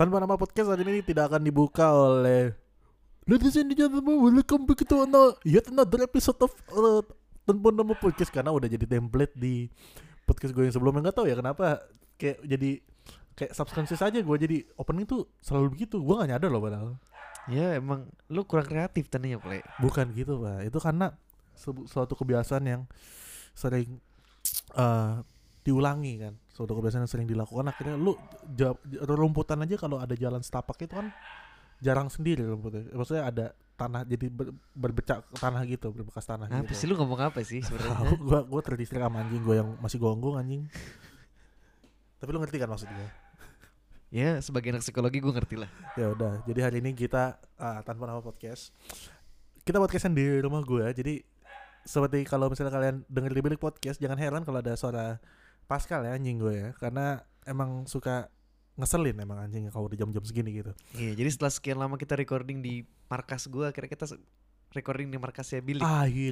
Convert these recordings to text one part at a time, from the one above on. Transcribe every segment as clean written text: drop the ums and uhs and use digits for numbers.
Tanpa nama podcast hari ini tidak akan dibuka oleh Ladies and gentlemen, welcome back to yet another episode of Tanpa Nama Podcast. Karena udah jadi template di podcast gue yang sebelumnya. Gak tahu ya kenapa kayak jadi kayak subconscious aja gue jadi opening tuh selalu begitu. Gue gak nyadar loh padahal. Ya emang lu kurang kreatif tadinya Play. Bukan gitu Pak. Itu karena suatu kebiasaan yang sering diulangi kan. Suatu kebiasaan yang sering dilakukan. Akhirnya lu rumputan aja kalau ada jalan setapak itu kan jarang sendiri rumputnya. Maksudnya ada tanah jadi berbecak tanah gitu, berbekas tanah Apa gitu. sih lu ngomong apa sih sebenarnya? Gue terdistrik sama anjing gue yang masih gonggong anjing. Tapi lu ngerti kan maksud gue? Ya sebagai anak psikologi gue ngerti lah. Ya udah. Jadi hari ini kita tanpa nama podcast. Kita podcastan di rumah gue. Jadi seperti kalau misalnya kalian denger di bilik podcast, jangan heran kalau ada suara Pascal ya anjing gue ya. Karena emang suka ngeselin emang anjingnya kalau di jam-jam segini gitu. Iya, jadi setelah sekian lama kita recording di markas gue, akhirnya kita recording di markasnya Bilik.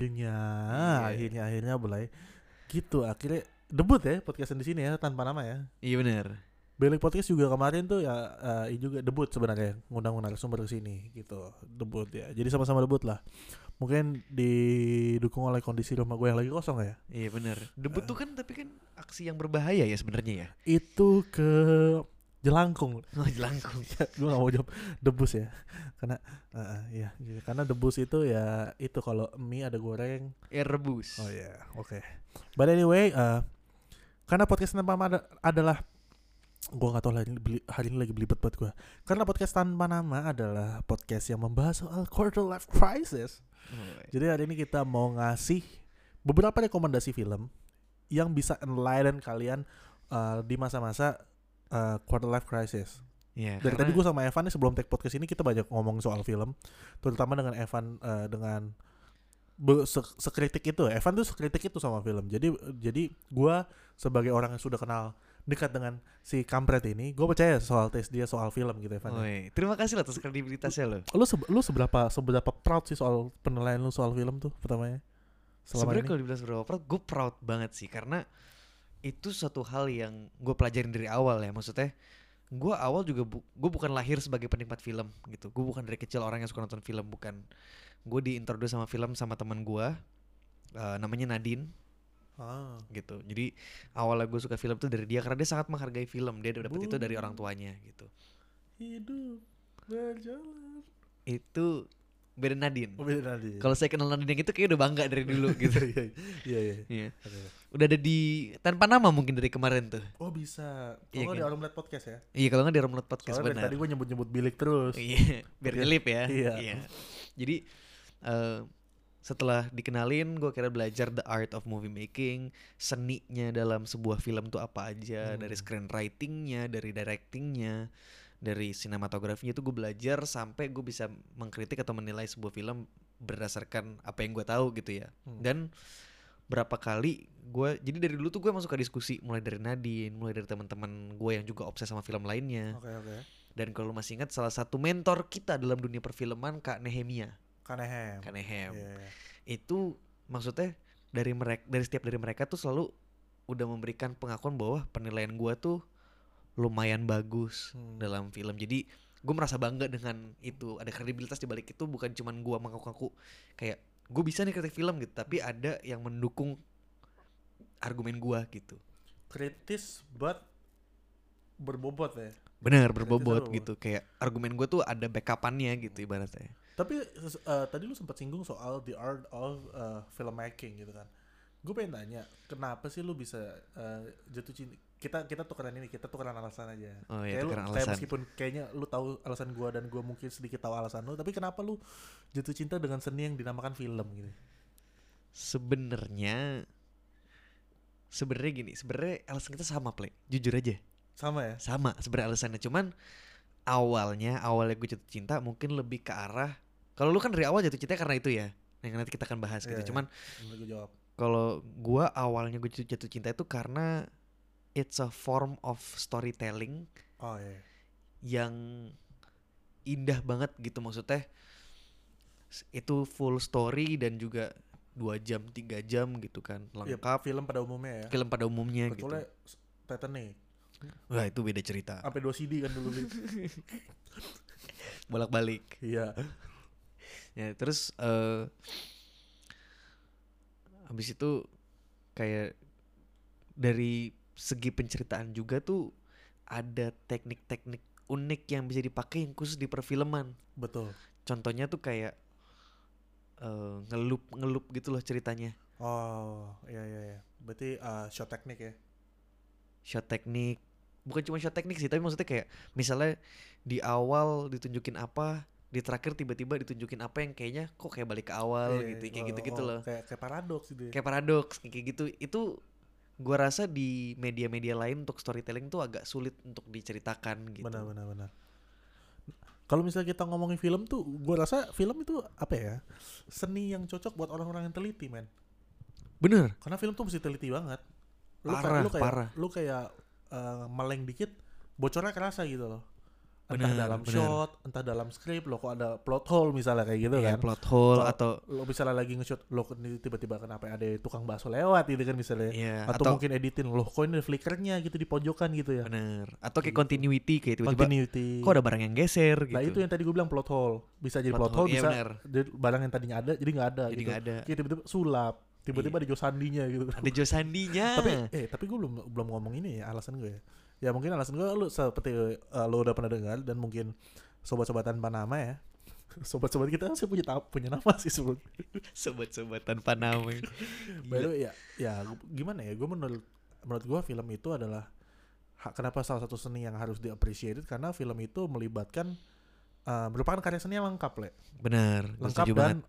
Akhirnya mulai gitu. Akhirnya debut ya podcastan di sini ya tanpa nama ya. Iya benar. Bilik podcast juga kemarin tuh ya juga debut sebenarnya, ngundang narasumber ke sini gitu. Debut ya. Jadi sama-sama debut lah. Mungkin didukung oleh kondisi rumah gue yang lagi kosong ya. Iya benar. Debut tuh kan tapi kan aksi yang berbahaya ya sebenarnya ya. Itu ke Jelangkung. Oh, Jelangkung. Gue gak mau jawab debus ya. Karena ya gitu. Karena debus itu ya itu kalau mie ada goreng. Ya rebus. Oh ya, oke. But anyway, karena podcast tanpa nama adalah gue gak tahu hari ini lagi belibet buat gue. Karena podcast tanpa nama adalah podcast yang membahas soal quarter life crisis. Jadi hari ini kita mau ngasih beberapa rekomendasi film yang bisa enlighten kalian di masa-masa quarter life crisis. Ya, Dari tadi gue sama Evan nih sebelum take podcast ini kita banyak ngomong soal film, terutama dengan Evan dengan sekritik itu. Evan tuh sekritik itu sama film. Jadi gue sebagai orang yang sudah kenal dekat dengan si kampret ini, gue percaya soal tes dia soal film gitu Evan. Terima kasih lah atas kredibilitasnya lo. Lu seberapa proud sih soal penilaian lu soal film tuh pertamanya? Sebenarnya kalau dibilang seberapa proud, gue proud banget sih karena itu suatu hal yang gue pelajarin dari awal ya. Maksudnya gue awal juga gue bukan lahir sebagai penikmat film gitu. Gue bukan dari kecil orang yang suka nonton film, bukan. Gue diintroduce sama film sama teman gue, namanya Nadine. Gitu. Jadi awalnya gue suka film tuh dari dia karena dia sangat menghargai film. Dia dapat itu dari orang tuanya gitu. Hidup berjalan. Itu beda Nadine. Beda Nadine. Kalau saya kenal Nadine yang itu kayak udah bangga dari dulu gitu. Iya. Udah ada di tanpa nama mungkin dari kemarin tuh. Oh bisa. Iya, Kalau kan? di Aromlet Podcast ya. Iya kalau nggak di Romlot Podcast. Soalnya benar. tadi gue nyebut bilik terus. Iya, biar nyelip ya. Iya. Jadi setelah dikenalin, gue kira belajar the art of movie making, seninya dalam sebuah film tuh apa aja, dari screenwritingnya, dari directingnya, dari sinematografinya tuh gue belajar sampai gue bisa mengkritik atau menilai sebuah film berdasarkan apa yang gue tahu gitu ya. Dan berapa kali gue, jadi dari dulu tuh gue masuk ke diskusi, mulai dari Nadine, mulai dari teman-teman gue yang juga obses sama film lainnya. Oke. Dan kalau masih ingat salah satu mentor kita dalam dunia perfilman Kak Nehemia. Kanehem. Yeah. Itu maksudnya dari setiap dari mereka tuh selalu udah memberikan pengakuan bahwa penilaian gue tuh lumayan bagus dalam film. Jadi gue merasa bangga dengan itu. Ada kredibilitas di balik itu, bukan cuman gue mengaku-ngaku kayak gue bisa nih kritik film gitu, tapi ada yang mendukung argumen gue gitu. Kritis but berbobot ya. Benar, berbobot gitu. Kayak argumen gue tuh ada backupannya gitu ibaratnya. Tapi tadi lu sempat singgung soal the art of filmmaking gitu kan. Gue pengen tanya, kenapa sih lu bisa jatuh cinta? Kita tukeran alasan aja. Oh iya, tukeran kayak alasan. meskipun kayaknya lu tahu alasan gue dan gue mungkin sedikit tahu alasan lu, tapi kenapa lu jatuh cinta dengan seni yang dinamakan film gitu? Sebenarnya gini, sebenarnya alasan kita sama, Play. Jujur aja. Sama ya? Sama sebenarnya alasannya, cuman awalnya gue jatuh cinta mungkin lebih ke arah, kalau lu kan dari awal jatuh cinta karena itu ya, yang nanti kita akan bahas gitu. Cuman kalau gue awalnya gue jatuh cinta itu karena it's a form of storytelling yang indah banget gitu. Maksudnya itu full story dan juga 2 jam 3 jam gitu kan, lengkap. Film pada umumnya ya. Film pada umumnya Betulnya gitu. Titanic. Wah itu beda cerita. Sampai 2 CD kan dulu. Bolak-balik. Iya. Ya terus habis itu kayak dari segi penceritaan juga tuh ada teknik-teknik unik yang bisa dipakai yang khusus di perfilman. Betul. Contohnya tuh kayak ngelup gitu loh ceritanya. Oh, iya. Berarti shot teknik ya. Shot teknik, bukan cuma shot teknik sih, tapi maksudnya kayak misalnya di awal ditunjukin apa, di terakhir tiba-tiba ditunjukin apa yang kayaknya kok kayak balik ke awal Iya, gitu, kayak gitu-gitu loh. Kayak paradoks gitu ya. Kayak paradoks kayak gitu. Itu gua rasa di media-media lain untuk storytelling tuh agak sulit untuk diceritakan gitu. Benar. Kalau misalnya kita ngomongin film tuh, gue rasa film itu apa ya, seni yang cocok buat orang-orang yang teliti, men. Bener. Karena film tuh mesti teliti banget. Parah. Lu kayak meleng dikit, bocornya kerasa gitu loh. Entah Bener, dalam bener. shot, entah dalam skrip, lo kok ada plot hole misalnya kayak gitu Iya, kan. plot hole Kalau atau lo misalnya lagi nge-shot, lo tiba-tiba kenapa ada tukang bakso lewat gitu kan misalnya. iya, Atau mungkin editin, loh kok ini ada flickernya gitu di pojokan gitu ya. bener. Atau kayak Gitu. continuity kayak tiba-tiba Continuity. kok ada barang yang geser gitu. Nah itu yang tadi gue bilang plot hole. Bisa jadi Plot plot hole, hole, iya bisa bener. barang yang tadinya ada jadi nggak ada Jadi gitu. nggak ada. Kayak tiba-tiba sulap, tiba-tiba Iya. ada Josandinya gitu. Ada Josandinya. Tapi gue belum ngomong ini ya alasan gue ya. Ya mungkin alasan gue lu seperti lo udah pernah dengar dan mungkin sobat-sobatan Panama ya. Sobat-sobat kita sih punya nama sih sebelum. Sobat-sobat tanpa nama. By the way, ya gimana ya? Gue menurut gue film itu adalah kenapa salah satu seni yang harus di-appreciate karena film itu melibatkan merupakan karya seni yang lengkap, Le. Bener. Lengkap dan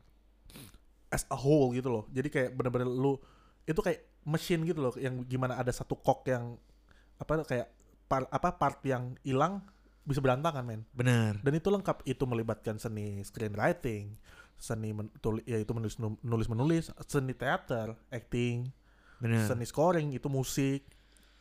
as a whole gitu loh. Jadi kayak bener-bener lu itu kayak mesin gitu loh yang gimana ada satu kok yang kayak part yang hilang bisa berantakan, men. Bener. Dan itu lengkap, itu melibatkan seni screenwriting, seni yaitu menulis, seni teater, acting, Bener. seni scoring, itu musik,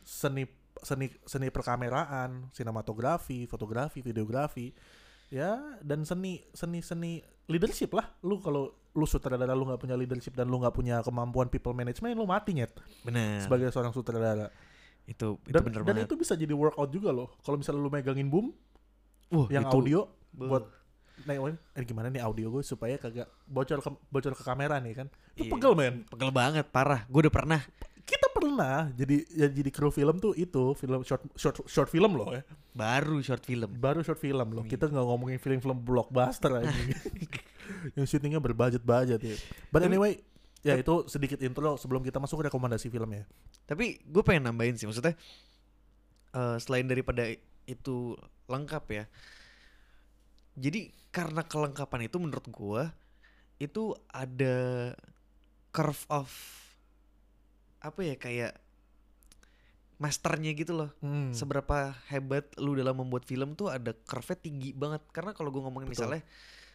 seni perkameraan, sinematografi, fotografi, videografi. Ya, dan seni leadership lah. Lu kalau lu sutradara lu nggak punya leadership dan lu nggak punya kemampuan people management, lu mati, nyet. Bener. Sebagai seorang sutradara. Itu Dan bener dan banget. itu bisa jadi workout juga loh. Kalau misalnya lu megangin boom yang itu, audio buat gimana nih audio gue supaya kagak bocor ke kamera nih kan. Itu Iya. pegel, men. Pegel banget, parah. Gue udah pernah. Kita pernah jadi kru film tuh itu film short film loh ya. Baru short film. Baru short film loh. Kita nggak ngomongin film blockbuster lagi. Yang syutingnya berbudget ya. But anyway, ya itu sedikit intro sebelum kita masuk ke rekomendasi film ya. Tapi gue pengen nambahin sih, maksudnya selain daripada itu lengkap ya. Jadi karena kelengkapan itu menurut gue itu ada curve of apa ya, kayak masternya gitu loh. Seberapa hebat lu dalam membuat film tuh ada curve-nya tinggi banget. Karena kalau gue ngomongin Betul. misalnya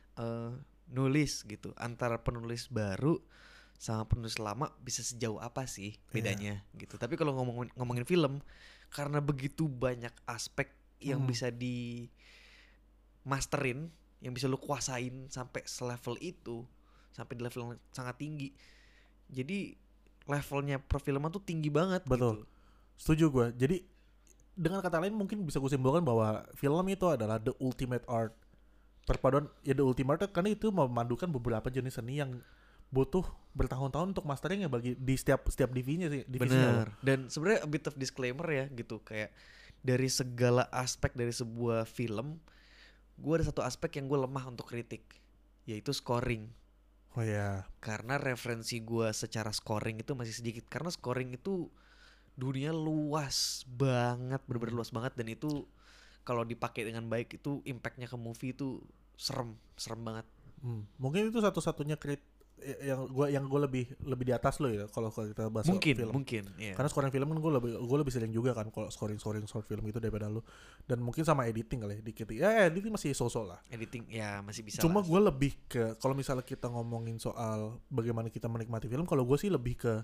nulis gitu, antara penulis baru sama penulis lama bisa sejauh apa sih bedanya gitu. Tapi kalau ngomongin film, karena begitu banyak aspek yang bisa di masterin, yang bisa lu kuasain sampai selevel itu, sampai di level yang sangat tinggi. Jadi levelnya perfilman tuh tinggi banget. Betul. Gitu. Setuju gue. Jadi dengan kata lain mungkin bisa gue simpulkan bahwa film itu adalah the ultimate art. Perpaduan ya the ultimate art karena itu memadukan beberapa jenis seni yang butuh bertahun-tahun untuk masteringnya bagi di setiap divisinya sih. Bener. Dan sebenarnya a bit of disclaimer ya gitu, kayak dari segala aspek dari sebuah film, gue ada satu aspek yang gue lemah untuk kritik, yaitu scoring. Oh ya. Karena referensi gue secara scoring itu masih sedikit. Karena scoring itu dunia luas banget, bener-bener luas banget, dan itu kalau dipakai dengan baik itu impactnya ke movie itu serem banget. Mungkin itu satu-satunya yang gue lebih di atas lo ya kalau kita bahas film. Mungkin yeah. Karena scoring film kan gue lebih sering juga kan kalau scoring short film itu daripada lo. Dan mungkin sama editing kali dikit. Ya editing masih so-so lah. Editing ya masih bisa. Cuma gue lebih ke kalau misalnya kita ngomongin soal bagaimana kita menikmati film, kalau gue sih lebih ke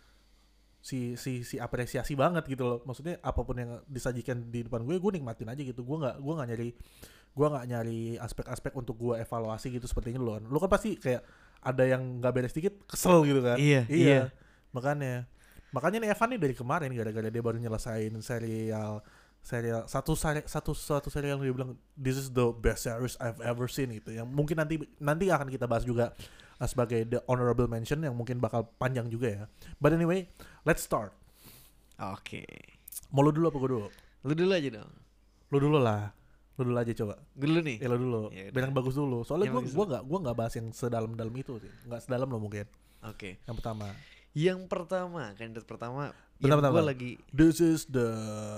si apresiasi banget gitu loh. Maksudnya apapun yang disajikan di depan gue nikmatin aja gitu. Gue nggak nyari aspek-aspek untuk gue evaluasi gitu seperti ini loh. Lo kan pasti kayak ada yang nggak beres dikit kesel gitu kan. Iya. Makanya Makanya nih Evan nih dari kemarin gara-gara dia baru nyelesain serial satu serial yang dia bilang this is the best series I've ever seen gitu. Yang mungkin nanti akan kita bahas juga sebagai the honorable mention yang mungkin bakal panjang juga ya. But anyway, let's start. Oke. Mau lu dulu apa gue dulu? Lu dulu aja dong. Lu dulu lah. Lu dulu aja coba. Gue dulu nih. Ya lu dulu. Ya udah. Biar yang bagus dulu. Soalnya Yang gue nggak bahas yang sedalam-dalam itu sih. Nggak sedalam lo mungkin. Oke. Yang pertama. Kandidat pertama Bentar, yang gue bentar. lagi This is the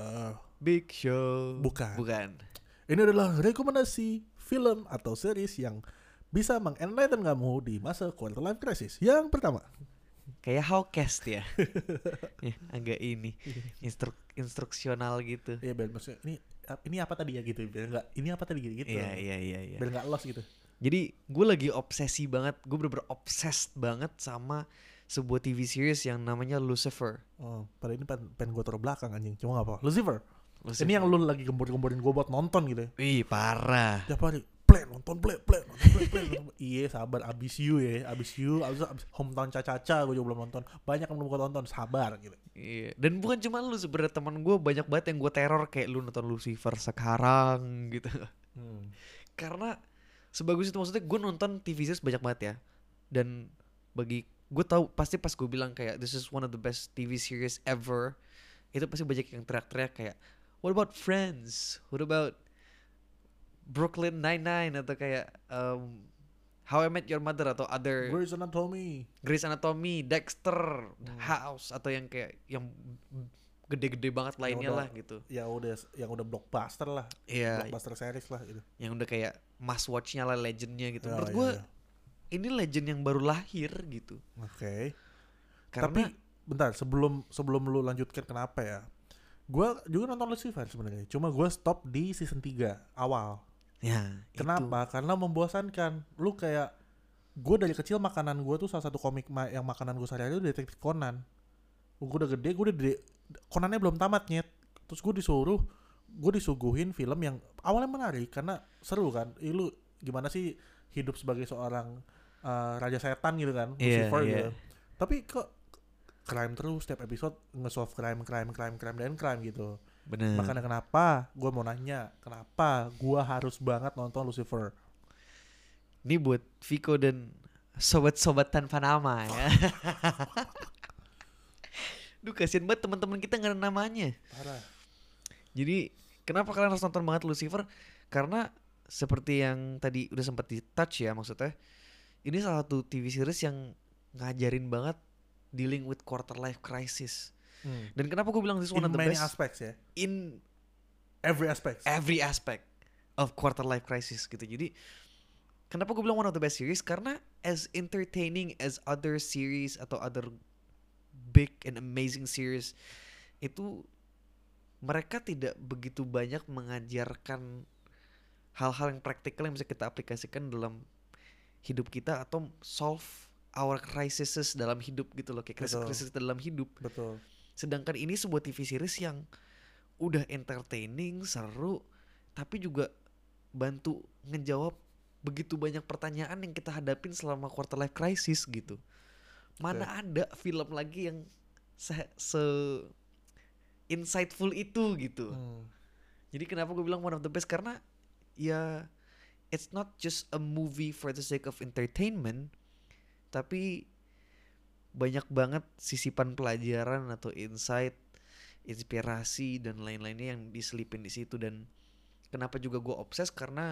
Big Show. Bukan. Ini adalah rekomendasi film atau series yang bisa mengenlighten kamu di masa quarter life crisis. Yang pertama. Kayak Howcast ya. Ya, agak ini instruksional gitu. Iya, biar maksudnya ini apa tadi ya gitu. Biar enggak ini apa tadi gitu. Iya. Biar enggak lost gitu. Jadi gue lagi obsesi banget. Gue bener-bener obsessed banget sama sebuah TV series yang namanya Lucifer. Oh, pada ini pengen gue taruh belakang anjing. Cuma enggak apa. Lucifer. Ini yang lu lagi gembor-gemborin gue buat nonton gitu ya. Wih, parah. Tiap hari nonton play. Iya, sabar, abis you hometown Caca gue juga belum nonton. Banyak yang belum gue tonton, sabar gitu. Iya. Dan bukan cuma lu, sebenarnya teman gue banyak banget yang gue teror kayak lu nonton Lucifer sekarang gitu. Karena sebagus itu, maksudnya gue nonton TV series banyak banget ya. Dan bagi gue tahu pasti pas gue bilang kayak this is one of the best TV series ever, itu pasti banyak yang teriak-teriak kayak what about Friends? What about Brooklyn Nine-Nine atau kayak How I Met Your Mother atau other Grey's Anatomy, Dexter, House atau yang kayak yang gede-gede banget lainnya lah gitu. Yang udah blockbuster lah. Iya. Blockbuster series lah gitu. Yang udah kayak must watch-nya lah, legendnya gitu. Menurut gue ini legend yang baru lahir gitu. Oke. Karena tapi bentar sebelum lu lanjutkan kenapa ya? Gue juga nonton Lucifer sebenarnya. Cuma gue stop di season 3 awal. ya, Kenapa? Karena membosankan. Lu kayak gue dari kecil makanan gue tuh salah satu komik yang makanan gue sehari-hari itu Detektif Conan. Gue udah gede, Conannya belum tamat nyet. Terus gue disuguhin film yang awalnya menarik karena seru kan. Lu gimana sih hidup sebagai seorang raja setan gitu kan, Lucifer gitu. Tapi kok crime terus, setiap episode nge-solve crime gitu. Bener. Makanya kenapa gue mau nanya, kenapa gue harus banget nonton Lucifer? Ini buat Viko dan sobat-sobat tanpa nama ya. Duh, kasian banget teman-teman kita nggak ada namanya. Parah. Jadi kenapa kalian harus nonton banget Lucifer? Karena seperti yang tadi udah sempat di-touch ya, maksudnya ini salah satu TV series yang ngajarin banget dealing with quarter life crisis. Dan kenapa gue bilang this is one of the best aspects ya? in every aspect of quarter life crisis gitu. Jadi kenapa gue bilang one of the best series? Karena as entertaining as other series atau other big and amazing series, itu mereka tidak begitu banyak mengajarkan hal-hal yang praktikal yang bisa kita aplikasikan dalam hidup kita atau solve our crises dalam hidup gitu loh, kayak krisis dalam hidup. Betul. Sedangkan ini sebuah TV series yang udah entertaining, seru, tapi juga bantu ngejawab begitu banyak pertanyaan yang kita hadapin selama quarter life crisis gitu. Mana ada film lagi yang se insightful itu gitu. Jadi kenapa gue bilang one of the best? Karena ya it's not just a movie for the sake of entertainment, tapi banyak banget sisipan pelajaran atau insight, inspirasi dan lain-lainnya yang diselipin di situ. Dan kenapa juga gue obses karena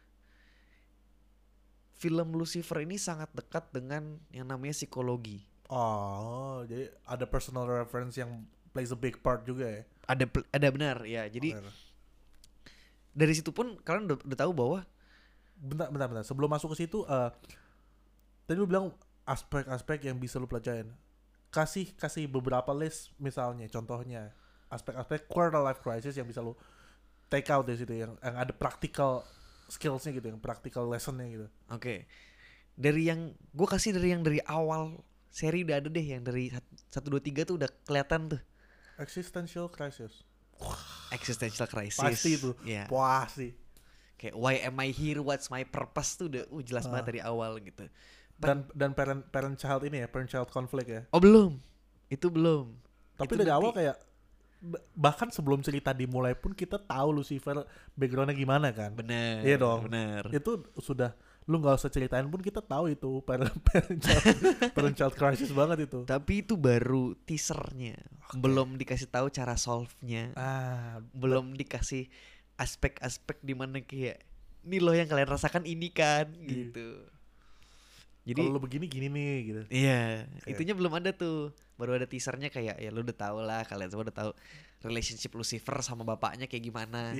film Lucifer ini sangat dekat dengan yang namanya psikologi. Oh, jadi ada personal reference yang plays a big part juga ya? Ada benar ya. Jadi dari situ pun kalian udah tahu bahwa bentar. Sebelum masuk ke situ, tadi lu bilang aspek-aspek yang bisa lu pelajarin. Kasih beberapa list misalnya, contohnya aspek-aspek quarter life crisis yang bisa lu take out dari situ yang ada practical skillsnya gitu, yang practical lessonnya gitu. Oke. Dari yang gue kasih dari awal seri udah ada deh, yang dari 1, 2, 3 tuh udah kelihatan tuh. Existential crisis. Existential crisis. Pasti itu. Yeah. Pasti. Kayak why am I here? What's my purpose tuh udah jelas banget dari awal gitu. Dan parent child ini ya, parent child conflict ya. Oh belum. Itu belum. Tapi Itu dari nanti- awal kayak bahkan sebelum cerita dimulai pun kita tahu Lucifer backgroundnya gimana kan. Bener. Iya dong. Bener. Itu sudah, lu nggak usah ceritain pun kita tahu itu parent child crisis banget itu. Tapi itu baru teasernya. Belum dikasih tahu cara solve-nya. Belum dikasih aspek-aspek di mana kayak ini loh yang kalian rasakan ini kan gitu. Jadi kalau lu begini gini nih gitu. iya, Kayak- itunya belum ada tuh. Baru ada teasernya kayak ya lu udah tahu lah, kalian semua udah tahu relationship Lucifer sama bapaknya kayak gimana.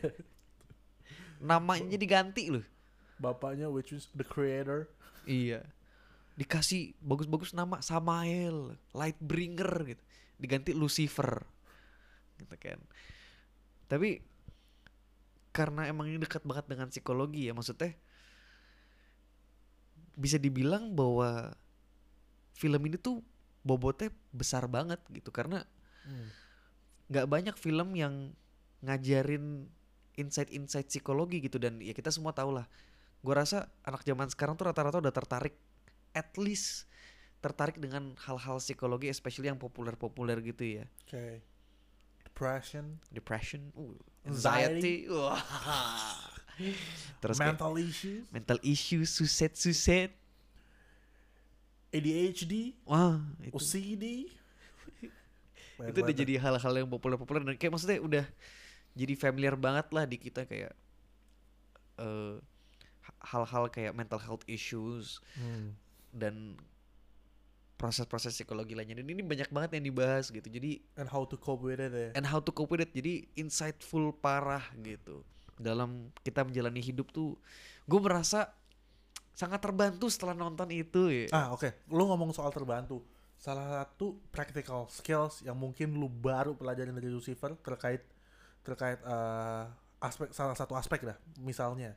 Namanya diganti loh. Bapaknya which is the creator. Iya. Dikasih bagus-bagus nama Samael, Lightbringer gitu. Diganti Lucifer. Gitu kan. Tapi karena emang ini dekat banget dengan psikologi ya, maksudnya bisa dibilang bahwa film ini tuh bobotnya besar banget gitu, karena nggak banyak film yang ngajarin insight-insight psikologi gitu. Dan ya kita semua tahu lah, gue rasa anak zaman sekarang tuh rata-rata udah tertarik, at least tertarik dengan hal-hal psikologi, especially yang populer-populer gitu ya. Kayak Depression, Anxiety. anxiety, wah. Terus kayak mental issues, suicide, ADHD, wah itu. OCD. Itu udah jadi hal-hal yang populer-populer dan kayak maksudnya udah jadi familiar banget lah di kita, kayak hal-hal kayak mental health issues dan proses-proses psikologi lainnya. Dan ini banyak banget yang dibahas gitu. Jadi and how to cope with it ya. and how to cope with it. Jadi insightful parah gitu. Dalam kita menjalani hidup tuh gue merasa sangat terbantu setelah nonton itu ya. Oke. Lu ngomong soal terbantu. Salah satu practical skills yang mungkin lu baru pelajarin dari Lucifer terkait salah satu aspek dah. Misalnya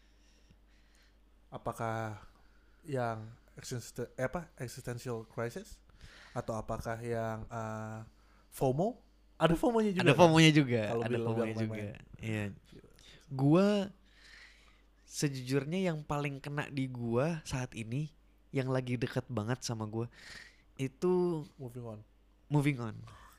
apakah yang existential crisis atau apakah yang FOMO? Ada FOMO-nya juga. Ada FOMO-nya juga. Kalau Ada Bill FOMO-nya bilang juga. main-main. Iya. Gua sejujurnya yang paling kena di gua saat ini, yang lagi dekat banget sama gua, itu Moving On.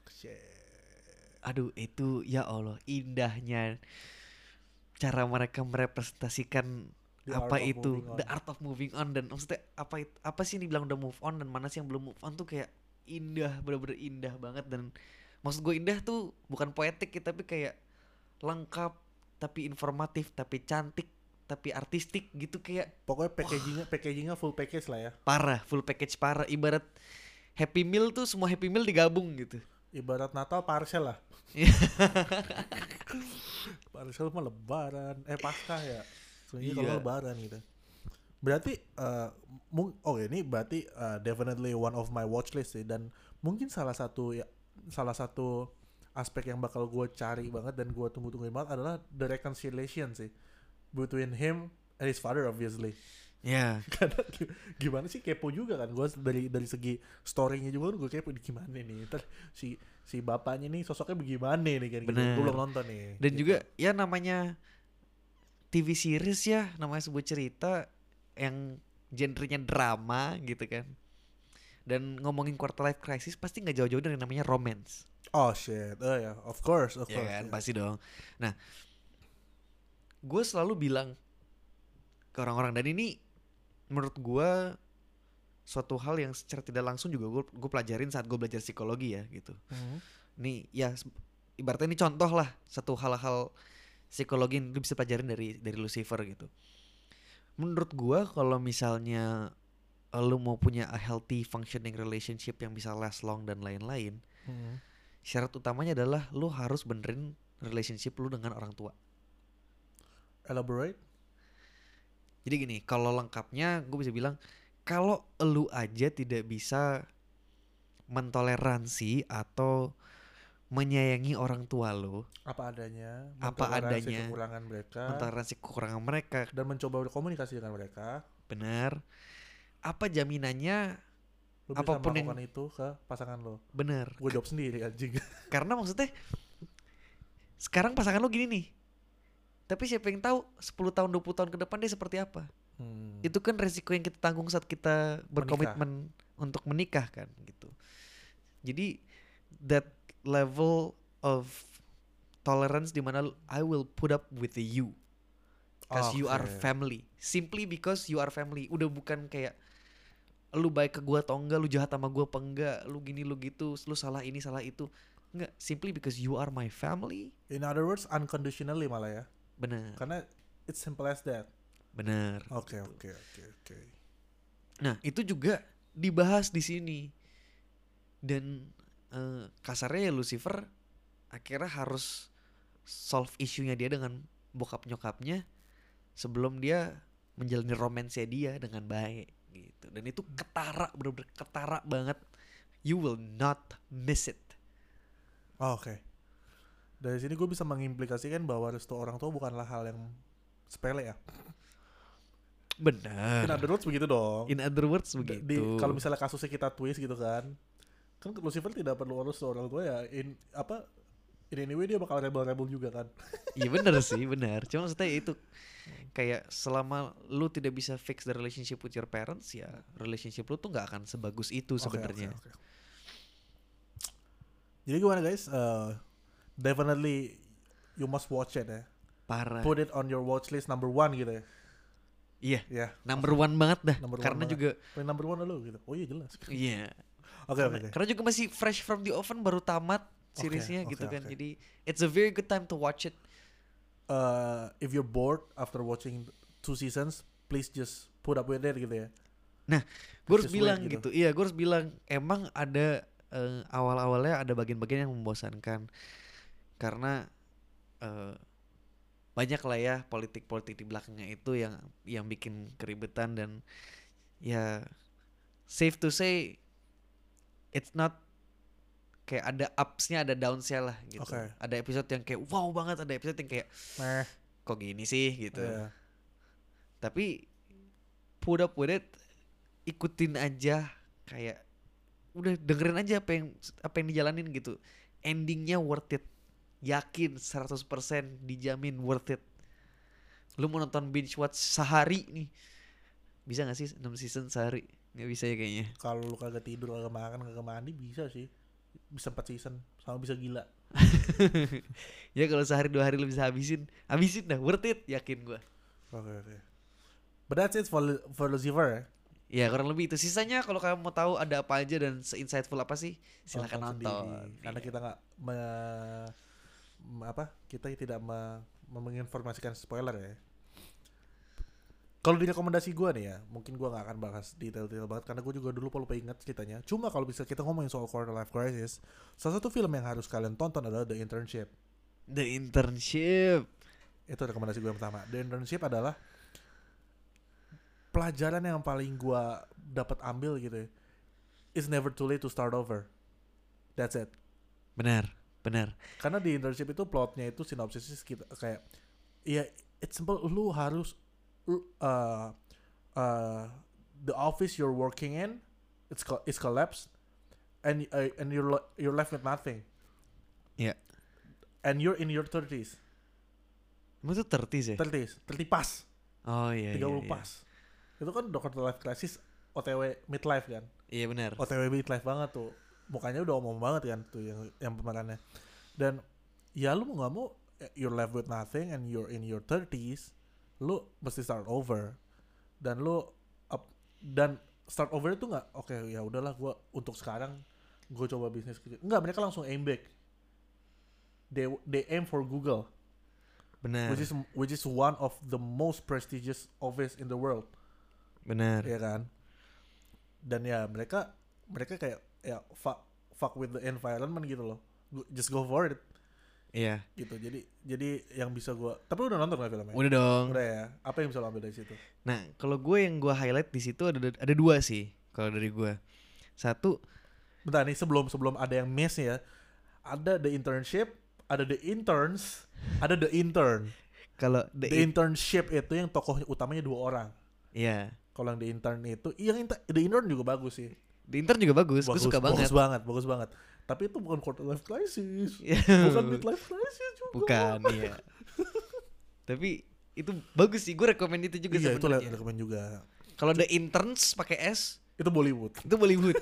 Aduh, itu ya Allah, indahnya cara mereka merepresentasikan The Art of Moving On. Dan maksudnya apa sih yang dibilang udah move on dan mana sih yang belum move on tuh kayak indah, bener-bener indah banget. Dan maksud gue indah tuh bukan poetik ya, tapi kayak lengkap, tapi informatif, tapi cantik, tapi artistik gitu. Kayak pokoknya packagingnya full package lah ya. Parah, full package parah. Ibarat Happy Meal tuh semua Happy Meal digabung gitu. Ibarat Natal parcel lah. Parcel mah lebaran, Paskah ya. Soalnya kalau lebaran gitu. Berarti ini berarti definitely one of my watch list sih. Dan mungkin salah satu aspek yang bakal gue cari banget dan gue tunggu-tungguin banget adalah the reconciliation sih between him and his father, obviously. Ya. Karena gimana sih, kepo juga kan gue dari segi story-nya juga gue kepo gimana nih ntar si bapaknya nih sosoknya bagaimana nih kan gitu. Gue belum nonton nih. Dan gitu. juga ya namanya TV series ya, namanya sebuah cerita yang genrenya drama gitu kan. Dan ngomongin quarter life crisis pasti nggak jauh-jauh dari namanya romance. Oh shit, ya, of course. Ya kan, yeah. pasti dong. Nah, gue selalu bilang ke orang-orang, dan ini menurut gue suatu hal yang secara tidak langsung juga gue pelajarin saat gue belajar psikologi ya gitu. Nih ya ibaratnya ini contoh lah satu hal-hal psikologi yang lu bisa pelajarin dari Lucifer gitu. Menurut gue kalau misalnya lu mau punya a healthy functioning relationship yang bisa last long dan lain-lain, syarat utamanya adalah lu harus benerin relationship lu dengan orang tua. Elaborate? Jadi gini, kalau lengkapnya gue bisa bilang, kalau lu aja tidak bisa mentoleransi atau menyayangi orang tua lu apa adanya, mentoleransi kekurangan mereka dan mencoba berkomunikasi dengan mereka, benar, apa jaminannya lu bisa apapun melakukan itu ke pasangan lo? Bener. Gue jawab sendiri anjing. Karena maksudnya sekarang pasangan lo gini nih, tapi siapa yang tahu 10 tahun 20 tahun ke depan dia seperti apa. Itu kan resiko yang kita tanggung saat kita berkomitmen untuk menikah kan gitu. Jadi that level of tolerance di mana I will put up with you because you are Oke. family, simply because you are family. Udah bukan kayak lu baik ke gua atau enggak, lu jahat sama gua apa enggak, lu gini lu gitu, lu salah ini salah itu. Enggak, simply because you are my family. In other words, unconditionally malah ya. Benar. Karena it's simple as that. Benar. Oke. Nah, itu juga dibahas di sini. Dan kasarnya ya Lucifer akhirnya harus solve isunya dia dengan bokap nyokapnya sebelum dia menjalani romansnya dia dengan baik gitu. Dan itu ketara, bener-bener ketara banget. You will not miss it. Oke. Dari sini gue bisa mengimplikasikan bahwa restu orang tua bukanlah hal yang sepele ya. In Benar. other words begitu dong. In other words begitu. Kalau misalnya kasusnya kita twist gitu kan Lucifer tidak perlu urus orang tua ya. In anyway dia bakal rebel juga kan. Iya benar sih, benar. Cuma maksudnya itu kayak selama lu tidak bisa fix the relationship with your parents, ya relationship lu tuh nggak akan sebagus itu sebenarnya. Oke. Jadi gimana guys? Definitely you must watch it ya. Parah. Put it on your watch list number 1 gitu ya. Iya. Ya. Number one banget dah. Number one Karena banget. juga Paling number 1 lu gitu. Oh iya jelas. iya. Oke. Karena juga masih fresh from the oven, baru tamat seriesnya Oke, gitu kan. oke. Jadi it's a very good time to watch it. If you're bored after watching 2 seasons, please just put up with it gitu ya. Gue harus Just bilang wait gitu. Iya, gue harus bilang emang ada awal-awalnya ada bagian-bagian yang membosankan. Karena banyak lah ya politik-politik di belakangnya itu yang bikin keribetan. Dan ya safe to say it's not kayak ada upsnya ada downsnya lah gitu. Oke. Ada episode yang kayak wow banget, ada episode yang kayak kok gini sih gitu. Iya. Tapi put up with it, ikutin aja, kayak udah dengerin aja apa yang dijalanin gitu. Endingnya worth it. Yakin 100% dijamin worth it. Lu mau nonton binge watch sehari nih, bisa gak sih 6 season sehari? Gak bisa ya kayaknya. Kalau lu kagak tidur, kagak makan, kagak mandi bisa sih. Bisa 4 season, sama bisa gila. Ya kalau sehari 2 hari lu bisa habisin dah, worth it, yakin gua. Oke. But that's it for Lucifer ya. Ya kurang lebih itu. Sisanya kalau kamu mau tahu ada apa aja dan se-insightful apa sih, silakan Nonton nonton. sendiri. Karena Iya. kita nggak kita tidak menginformasikan spoiler ya. Kalau di rekomendasi gue nih ya, mungkin gue nggak akan bahas detail-detail banget karena gue juga dulu lupa ingat ceritanya. Cuma kalau bisa kita ngomongin soal quarter life crisis, salah satu film yang harus kalian tonton adalah The Internship. The Internship. Itu rekomendasi gue yang pertama. The Internship adalah pelajaran yang paling gue dapat ambil gitu ya. It's never too late to start over. That's it. Benar. Karena di Internship itu plotnya itu sinopsisnya kita kayak ya it's simple, lu harus the office you're working in it's collapsed and you're left with nothing. Iya. And you're in your 30s. Emang itu 30s ya? 30 pas. Oh iya. 30 iya. pas. Itu kan quarter life crisis OTW midlife kan. Iya benar. OTW midlife banget tuh. Mukanya udah omong banget kan tuh yang pemerannya. Dan ya lu mau gak mau you're left with nothing and you're in your 30s, lu mesti start over. Dan dan start over itu gak oke, ya udahlah gue untuk sekarang gue coba bisnis kecil. Enggak, mereka langsung aim back. They aim for Google, Benar. which is one of the most prestigious office in the world. Benar. Ya kan? Dan ya mereka kayak ya fuck with the environment gitu loh. Just go for it Iya. gitu. Jadi yang bisa gua, tapi udah nonton nggak filmnya? Udah dong. Udah ya. Apa yang bisa lo ambil dari situ? Nah, kalau yang gue highlight di situ ada 2 sih kalau dari gue. Satu, Bentar nih, sebelum ada yang miss ya. Ada The Internship, ada The Interns, ada The Intern. kalau The Internship itu yang tokoh utamanya 2 orang. Iya. Kalau yang The Intern itu, The Intern juga bagus sih. The Intern juga bagus. Gue suka banget. Bagus banget. Tapi itu bukan quarter life crisis. Iya. Bukan midlife crisis juga. Bukan, iya. Tapi itu bagus sih, gue rekomend itu juga Iya, itu sebenarnya. rekomend juga. Kalau The Interns pakai S, Itu Bollywood. itu Bollywood.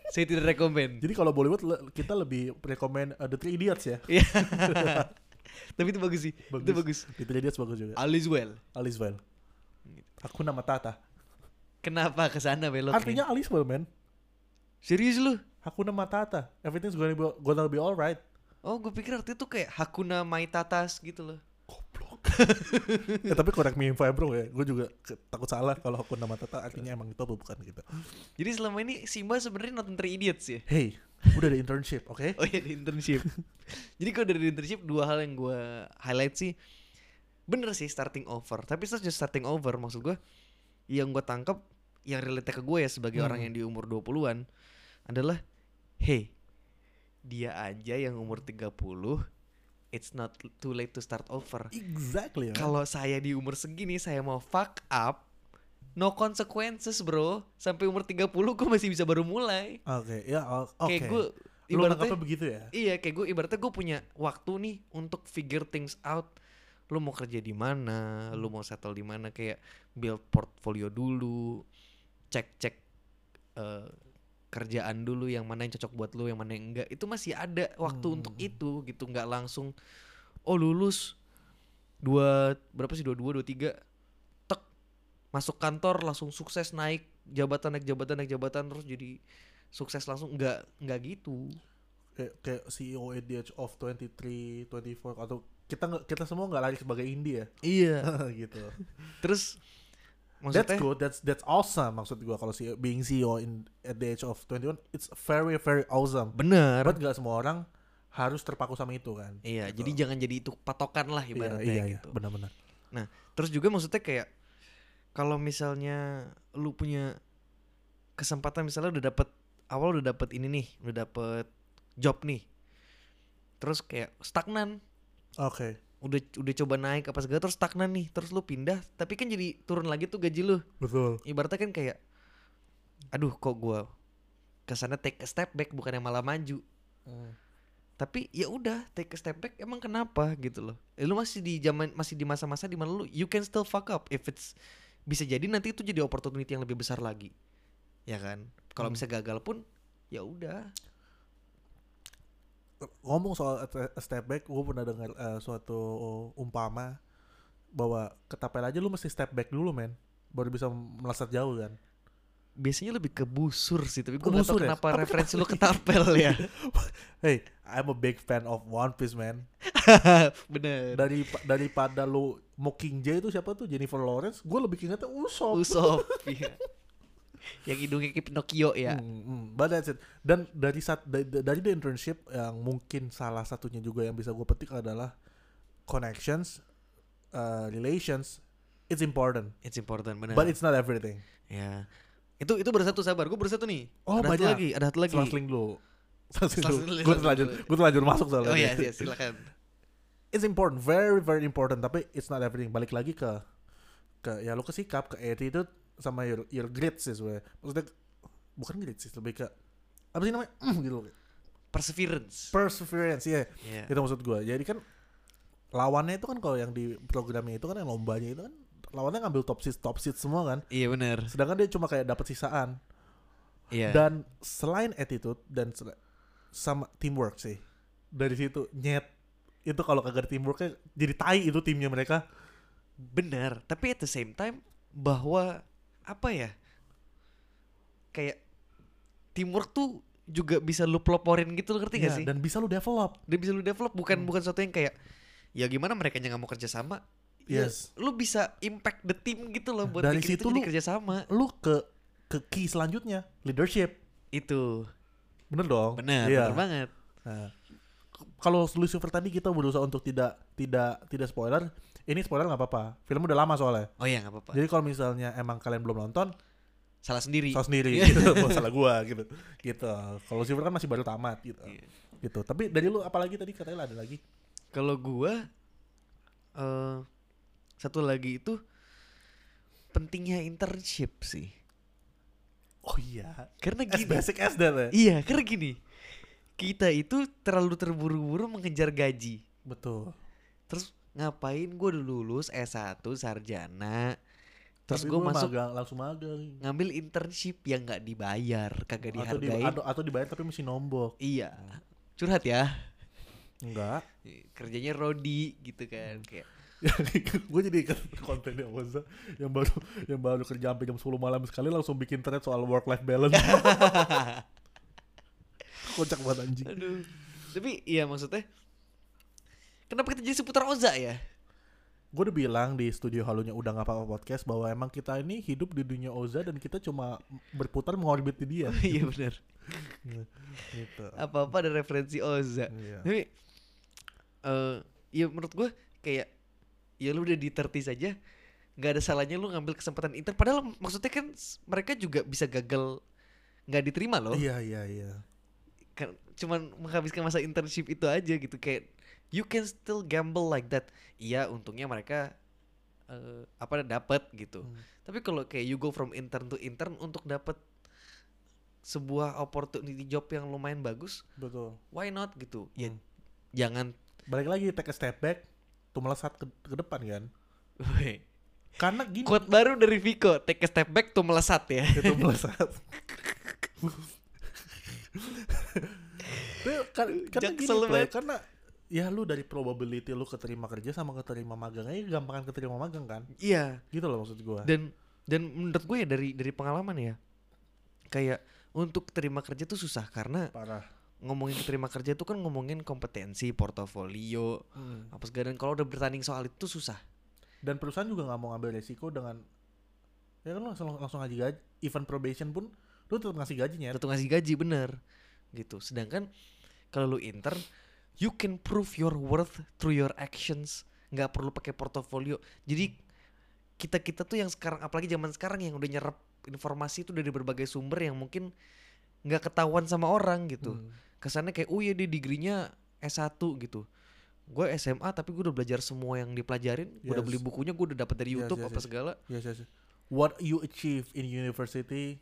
Saya tidak rekomen. Jadi kalau Bollywood kita lebih rekomen The Three Idiots ya. Iya. Tapi itu bagus sih. Itu bagus. The Three Idiots bagus juga. All is well. All is well. Hakuna Matata. Kenapa kesana beloknya? Artinya all is well, man. Serius lu? Hakuna Matata. Everything's gonna be alright. Oh, gue pikir artinya tuh kayak Hakuna Maitatas gitu loh. Goblok. Tapi correct me if I'm wrong ya. Gue juga takut salah kalau Hakuna Matata artinya emang itu apa bukan gitu. Jadi selama ini Simba sebenarnya nonton Three Idiots ya? Hey, udah ada internship, oke? Oh iya, di internship. Jadi kalau dari internship dua hal yang gue highlight sih. Bener sih starting over. Tapi it's not just starting over. Maksud gue yang gue tangkap, yang relate ke gue ya sebagai orang yang di umur 20-an adalah, hey, dia aja yang umur 30, it's not too late to start over. Exactly. Kalau saya di umur segini saya mau fuck up, no consequences bro. Sampai umur 30 gue masih bisa baru mulai. Oke, ya oke. Kayak gue Lu ibaratnya nangkapnya begitu ya? Iya, kayak gue ibaratnya gue punya waktu nih untuk figure things out. Lu mau kerja di mana, lu mau settle di mana, kayak build portfolio dulu, cek kerjaan dulu, yang mana yang cocok buat lu, yang mana yang enggak. Itu masih ada waktu untuk itu gitu, nggak langsung lulus 22, 23 tek masuk kantor langsung sukses naik jabatan terus jadi sukses langsung, nggak gitu. Kayak CEO at the age of 23, 24 atau kita semua nggak lari sebagai indie ya. Iya. Gitu. Terus maksudnya That's good, that's awesome maksud gua kalau being CEO at the age of 21 it's very very awesome. bener. But nggak semua orang harus terpaku sama itu kan. Iya, gitu. jadi jangan jadi itu patokan lah ibaratnya iya, gitu. Benar-benar. Nah, terus juga maksudnya kayak kalau misalnya lu punya kesempatan, misalnya udah dapet ini nih, udah dapet job nih, terus kayak stagnan. Oke. Udah coba naik apa segala terus stagnan nih, terus lu pindah tapi kan jadi turun lagi tuh gaji lu. Betul. Ibaratnya kan kayak aduh kok gua kesana take a step back bukan yang malah maju. Tapi ya udah take a step back, emang kenapa gitu loh. Lu masih di masa-masa di mana lu you can still fuck up if it's bisa jadi nanti itu jadi opportunity yang lebih besar lagi. Ya kan? Kalau misalnya gagal pun ya udah. Ngomong soal a step back, gue pernah dengar suatu umpama bahwa ketapel aja lu mesti step back dulu men, baru bisa melesat jauh kan. Biasanya lebih ke busur sih, tapi gue Busur gak tau ya? kenapa Tapi referensi lu ketapel ya. Hey, I'm a big fan of One Piece man. Bener. Daripada lu Mockingjay itu siapa tuh, Jennifer Lawrence, gue lebih ingetnya Usopp. Iya. Yang hidungnya kayak Pinocchio ya. But that's it. Dan dari the internship yang mungkin salah satunya juga yang bisa gue petik adalah connections, relations. It's important. It's important, benar. But it's not everything. Ya. Itu baru satu, sabar. Gue baru satu nih. Oh, ada banyak. satu lagi. Selang dulu. Selang Gue terlanjur masuk soalnya. Oh iya, silakan. It's important, very very important. Tapi it's not everything. Balik lagi ke ya lo ke sikap, ke attitude, sama your grades sih sebenarnya. Maksudnya bukan grades sih, lebih ke apa sih namanya? Gitu loh. Perseverance, ya. Yeah. Itu maksud gue. Jadi kan lawannya itu kan kalau yang di programnya itu kan yang lombanya itu kan lawannya ngambil top seat semua kan. Iya benar. Sedangkan dia cuma kayak dapat sisaan. Iya. Dan selain attitude dan sama teamwork sih. Dari situ itu kalau kagak ada teamworknya jadi tai itu timnya mereka. Benar. Tapi at the same time bahwa apa ya? Kayak teamwork tuh juga bisa lu peloporin gitu, lu ngerti gak sih? Dan bisa lu develop. Bukan sesuatu yang kayak ya gimana mereka nggak mau kerja sama. Yes. Ya, lu bisa impact the team gitu loh buat dari bikin situ itu jadi kerja sama. Lu ke key selanjutnya, leadership. Itu. Bener dong? Bener banget. Nah, kalau Lucifer tadi kita berusaha untuk tidak spoiler. Ini spoiler nggak apa-apa. Film udah lama soalnya. Oh iya nggak apa-apa. Jadi kalau misalnya emang kalian belum nonton, salah sendiri gitu. Salah gua gitu. Kalau Lucifer kan masih baru tamat gitu. Gitu. Tapi dari lu apalagi tadi katanya ada lagi? Kalau gua satu lagi itu pentingnya internship sih. Oh iya. Karena gini. As basic as that ya? Iya, karena gini. Kita itu terlalu terburu-buru mengejar gaji. Betul. Terus ngapain gue udah lulus S1 sarjana, Terus Tapi gue gua masuk langsung magang. ngambil internship yang nggak dibayar, kagak dihargain. Atau dibayar tapi mesti nombok. Iya, curhat ya. Enggak. Kerjanya Rodi gitu kan, kayak Gue jadi ikan kontennya Oza yang baru kerja sampai jam 10 malam sekali langsung bikin thread soal work life balance. Kocak banget anjing. aduh. Tapi iya maksudnya, kenapa kita jadi seputar Oza ya? Gue udah bilang di studio halunya udah gak apa-apa podcast bahwa emang kita ini hidup di dunia Oza dan kita cuma berputar mengorbit di dia. Iya benar. Gitu. Apa-apa ada referensi Oza. Iya. Tapi ya menurut gue kayak ya lu udah di 30 saja, nggak ada salahnya lu ngambil kesempatan intern. Padahal maksudnya kan mereka juga bisa gagal nggak diterima loh. Iya. Kan cuman menghabiskan masa internship itu aja gitu, kayak you can still gamble like that. Iya untungnya mereka dapat gitu. Tapi kalau kayak you go from intern to intern untuk dapat sebuah opportunity job yang lumayan bagus, Betul. why not gitu. Ya jangan Balik lagi take a step back tuh melesat ke depan kan. Weh. Karena gini. Quote baru dari Viko, take a step back tuh melesat ya. Itu melesat. Karena gini Play, karena ya lu dari probability lu keterima kerja sama keterima magangnya gampangan keterima magang kan. Iya. Gitu loh maksud gua. Dan menurut gue ya dari pengalaman ya, kayak untuk terima kerja tuh susah karena Parah. ngomongin keterima kerja tuh kan ngomongin kompetensi, portofolio, apa segala. Dan kalau udah bertanding soal itu tuh susah. Dan perusahaan juga nggak mau ngambil resiko dengan ya kan lu langsung ngasih gaji. Even probation pun lu tetap ngasih gajinya. Tetap ngasih gaji bener gitu. Sedangkan kalau lu intern, you can prove your worth through your actions. Nggak perlu pakai portofolio. Jadi kita tuh yang sekarang, apalagi zaman sekarang yang udah nyerap informasi itu dari berbagai sumber yang mungkin nggak ketahuan sama orang gitu. Kesannya kayak oh ya dia degree-nya S1 gitu. Gue SMA tapi gue udah belajar semua yang dipelajarin. Gue udah beli bukunya, gue udah dapat dari YouTube apa segala. Yes. What you achieve in university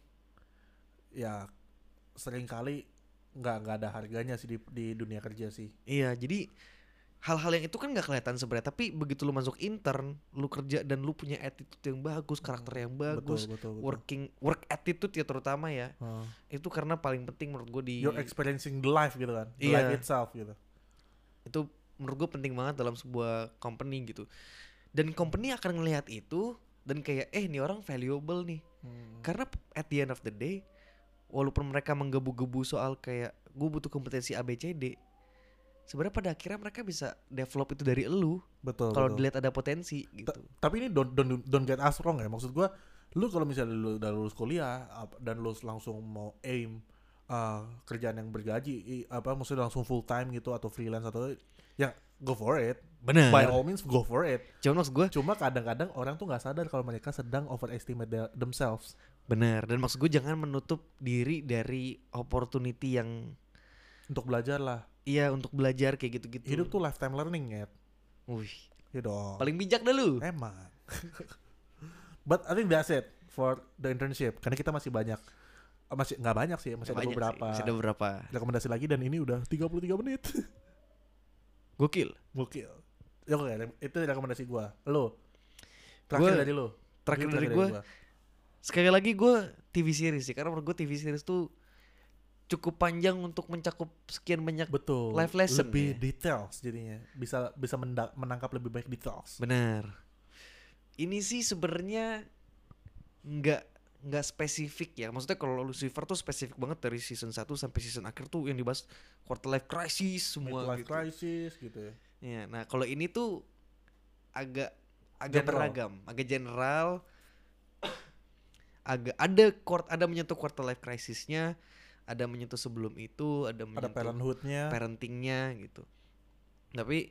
ya seringkali nggak ada harganya sih di dunia kerja sih. Iya, jadi hal-hal yang itu kan nggak kelihatan sebenarnya, tapi begitu lu masuk intern, lu kerja dan lu punya attitude yang bagus, karakter yang bagus, betul. work attitude ya terutama ya. Itu karena paling penting menurut gue di you're experiencing the life gitu kan. The life itself gitu. Itu menurut gue penting banget dalam sebuah company gitu. Dan company akan ngelihat itu dan kayak ini orang valuable nih. Karena at the end of the day, walaupun mereka menggebu-gebu soal kayak gue butuh kompetensi ABCD, sebenarnya pada akhirnya mereka bisa develop itu dari elu. Betul. Kalau dilihat ada potensi gitu. Tapi ini don't get us wrong ya. Maksud gua, lu kalau misalnya lu udah lulus kuliah dan lu langsung mau aim kerjaan yang bergaji, maksudnya langsung full time gitu atau freelance atau ya go for it. Bener. By all means go for it. Cuma kadang-kadang orang tuh nggak sadar kalau mereka sedang overestimate themselves. Bener. Dan maksud gue jangan menutup diri dari opportunity yang untuk belajar lah. Iya, untuk belajar kayak gitu-gitu. Hidup tuh lifetime learning ya. Wih. Iya dong. Paling bijak dah lu. Emang. But I think that's it for the internship. Karena kita masih banyak. Masih nggak banyak sih, masih ada beberapa. Masih ada beberapa. Rekomendasi lagi dan ini udah 33 menit. Gokil. Ya oke, itu rekomendasi gua. Lo. Terakhir dari lo. Terakhir dari gua. Sekali lagi gue TV series sih, karena menurut gue TV series tuh cukup panjang untuk mencakup sekian banyak life lesson. Lebih details jadinya, bisa menangkap lebih banyak details. Benar. Ini sih sebenarnya nggak spesifik ya. Maksudnya kalau Lucifer tuh spesifik banget dari season 1 sampai season akhir tuh yang dibahas quarter life crisis semua. Life crisis gitu ya. Ya, nah kalau ini tuh agak beragam, agak general. Ada menyentuh quarter life crisisnya, ada menyentuh sebelum itu, ada menyentuh parenthoodnya, parentingnya gitu. Tapi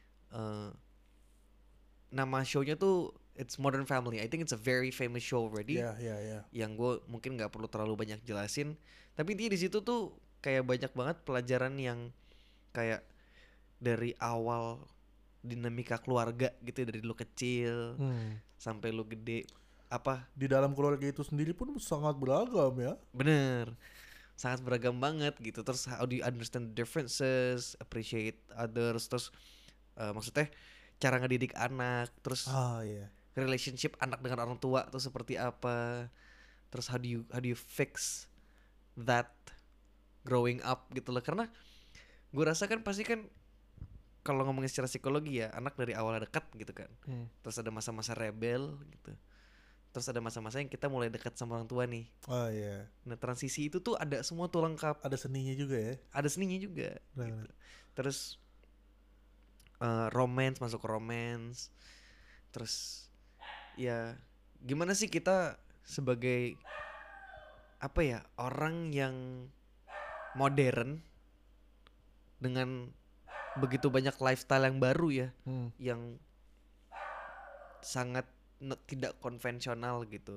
nama shownya tuh it's Modern Family. I think it's a very famous show already. Yeah. Yang gue mungkin nggak perlu terlalu banyak jelasin. Tapi intinya di situ tuh kayak banyak banget pelajaran yang kayak dari awal dinamika keluarga gitu, dari lu kecil sampai lu gede. Di dalam keluarga itu sendiri pun sangat beragam ya. Bener, sangat beragam banget gitu. Terus how do you understand the differences, appreciate others, terus maksudnya cara ngedidik anak, terus relationship anak dengan orang tua tuh seperti apa. Terus how do you fix that growing up gitu loh. Karena gue rasa kan pasti kan kalau ngomongin secara psikologi ya, anak dari awal dekat gitu kan. Terus ada masa-masa rebel gitu. Terus ada masa-masa yang kita mulai dekat sama orang tua nih. Oh iya. Nah transisi itu tuh ada semua tuh lengkap. Ada seninya juga ya. Ada seninya juga. Gitu. Terus romance, masuk ke romance. Terus ya gimana sih kita sebagai apa ya, orang yang modern dengan begitu banyak lifestyle yang baru ya, yang sangat tidak konvensional gitu.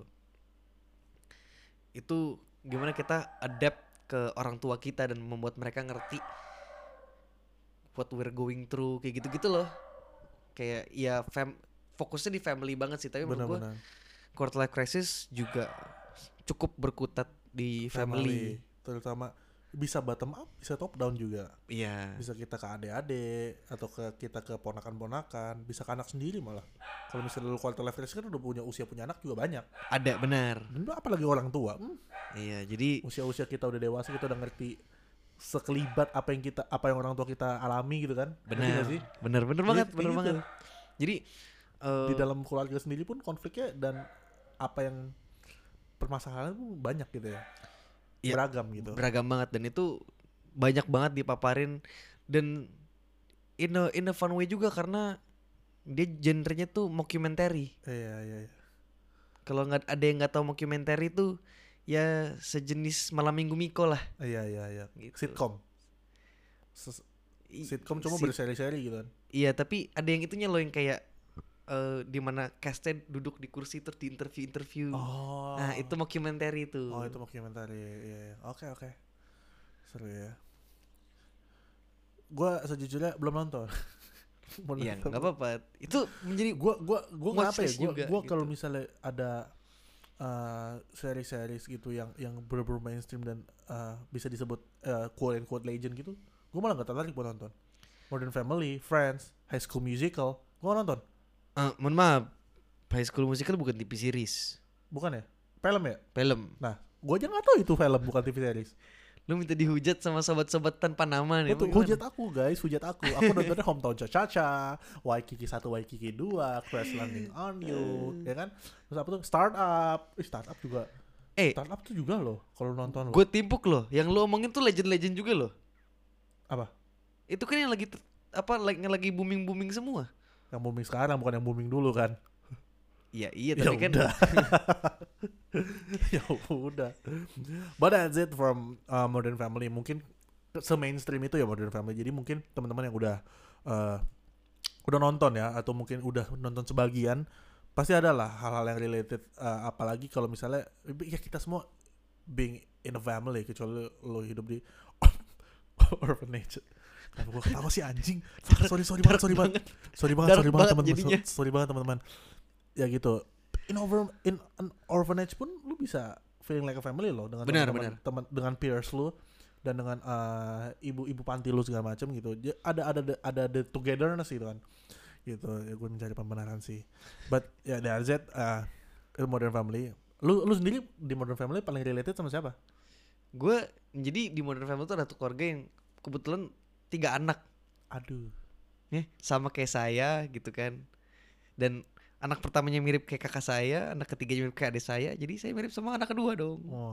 Itu gimana kita adapt ke orang tua kita dan membuat mereka ngerti what we're going through, kayak gitu-gitu loh. Kayak ya fokusnya di family banget sih, tapi menurut gue quarter life crisis juga cukup berkutat di family. Terutama bisa bottom up, bisa top down juga. Iya. Bisa kita ke adik-adik atau kita ke ponakan-ponakan, bisa ke anak sendiri malah. Kalau misalnya lu quarter life crisis kan udah punya anak juga banyak. Ada, benar. Dan apalagi orang tua. Iya, jadi usia kita udah dewasa, kita udah ngerti sekelibat apa yang orang tua kita alami gitu kan. Benar. Benar banget, benar banget. Jadi di dalam keluarga sendiri pun konfliknya dan apa yang permasalahan pun banyak gitu ya. Beragam gitu. Beragam banget, dan itu banyak banget dipaparin, dan in a fun way juga karena dia genrenya tuh mockumentary. Iya. Kalau nggak ada yang nggak tahu mockumentary tuh ya sejenis Malam Minggu Miko lah. Iya. Gitu. Sitcom cuma berseri-seri gitu kan. Iya, tapi ada yang itunya loh yang kayak di mana castnya duduk di kursi terus di interview. Oh. Nah itu mockumentary itu. Oh itu mockumentary. Iya. Oke. Seru ya. Gue sejujurnya belum nonton. Iya nggak apa-apa. Itu menjadi gue ngapa ya? Gue gitu. kalau misalnya ada seri-series gitu yang bener-bener mainstream dan bisa disebut quote and quote legend gitu, gue malah nggak tertarik buat nonton. Modern Family, Friends, High School Musical, gue nonton. Mohon maaf, High School Musical bukan TV series. Bukan ya? Film ya? Film. Nah, gue aja nggak tahu itu film bukan TV series. Lu minta dihujat sama sobat-sobat tanpa nama nih. Betul, hujat aku guys, hujat aku. Aku nontonnya Hometown Cha-Cha, Waikiki 1, Waikiki 2, Crash Landing on You, ya kan? Terus apa tuh? Startup juga. Startup tuh juga loh kalau nonton lo. Gue timpuk loh, yang lu omongin tuh legend-legend juga loh. Apa? Itu kan yang lagi lagi booming semua. Yang booming sekarang bukan yang booming dulu kan? Iya tapi kan ya udah. But that's it from Modern Family. Mungkin se-mainstream itu ya Modern Family. Jadi mungkin teman-teman yang udah nonton ya, atau mungkin udah nonton sebagian, pasti ada lah hal-hal yang related. Apalagi kalau misalnya ya kita semua being in a family, kecuali lo hidup di orphanage. Kenapa gue ketawa sih anjing? Sorry banget teman-teman. Ya gitu. In an orphanage pun lu bisa feeling like a family lo dengan teman dengan peers lu dan dengan ibu-ibu panti lu segala macam gitu. Ada the togetherness gitu kan. Gitu. Ya gue mencari pembenaran sih. But ya that's it. Modern Family. Lu sendiri di Modern Family paling related sama siapa? Gue jadi di Modern Family tuh ada tuh keluarga yang kebetulan 3 anak. Aduh. Sama kayak saya gitu kan. Dan anak pertamanya mirip kayak kakak saya, anak ketiganya mirip kayak adik saya. Jadi saya mirip sama anak kedua dong. Oh.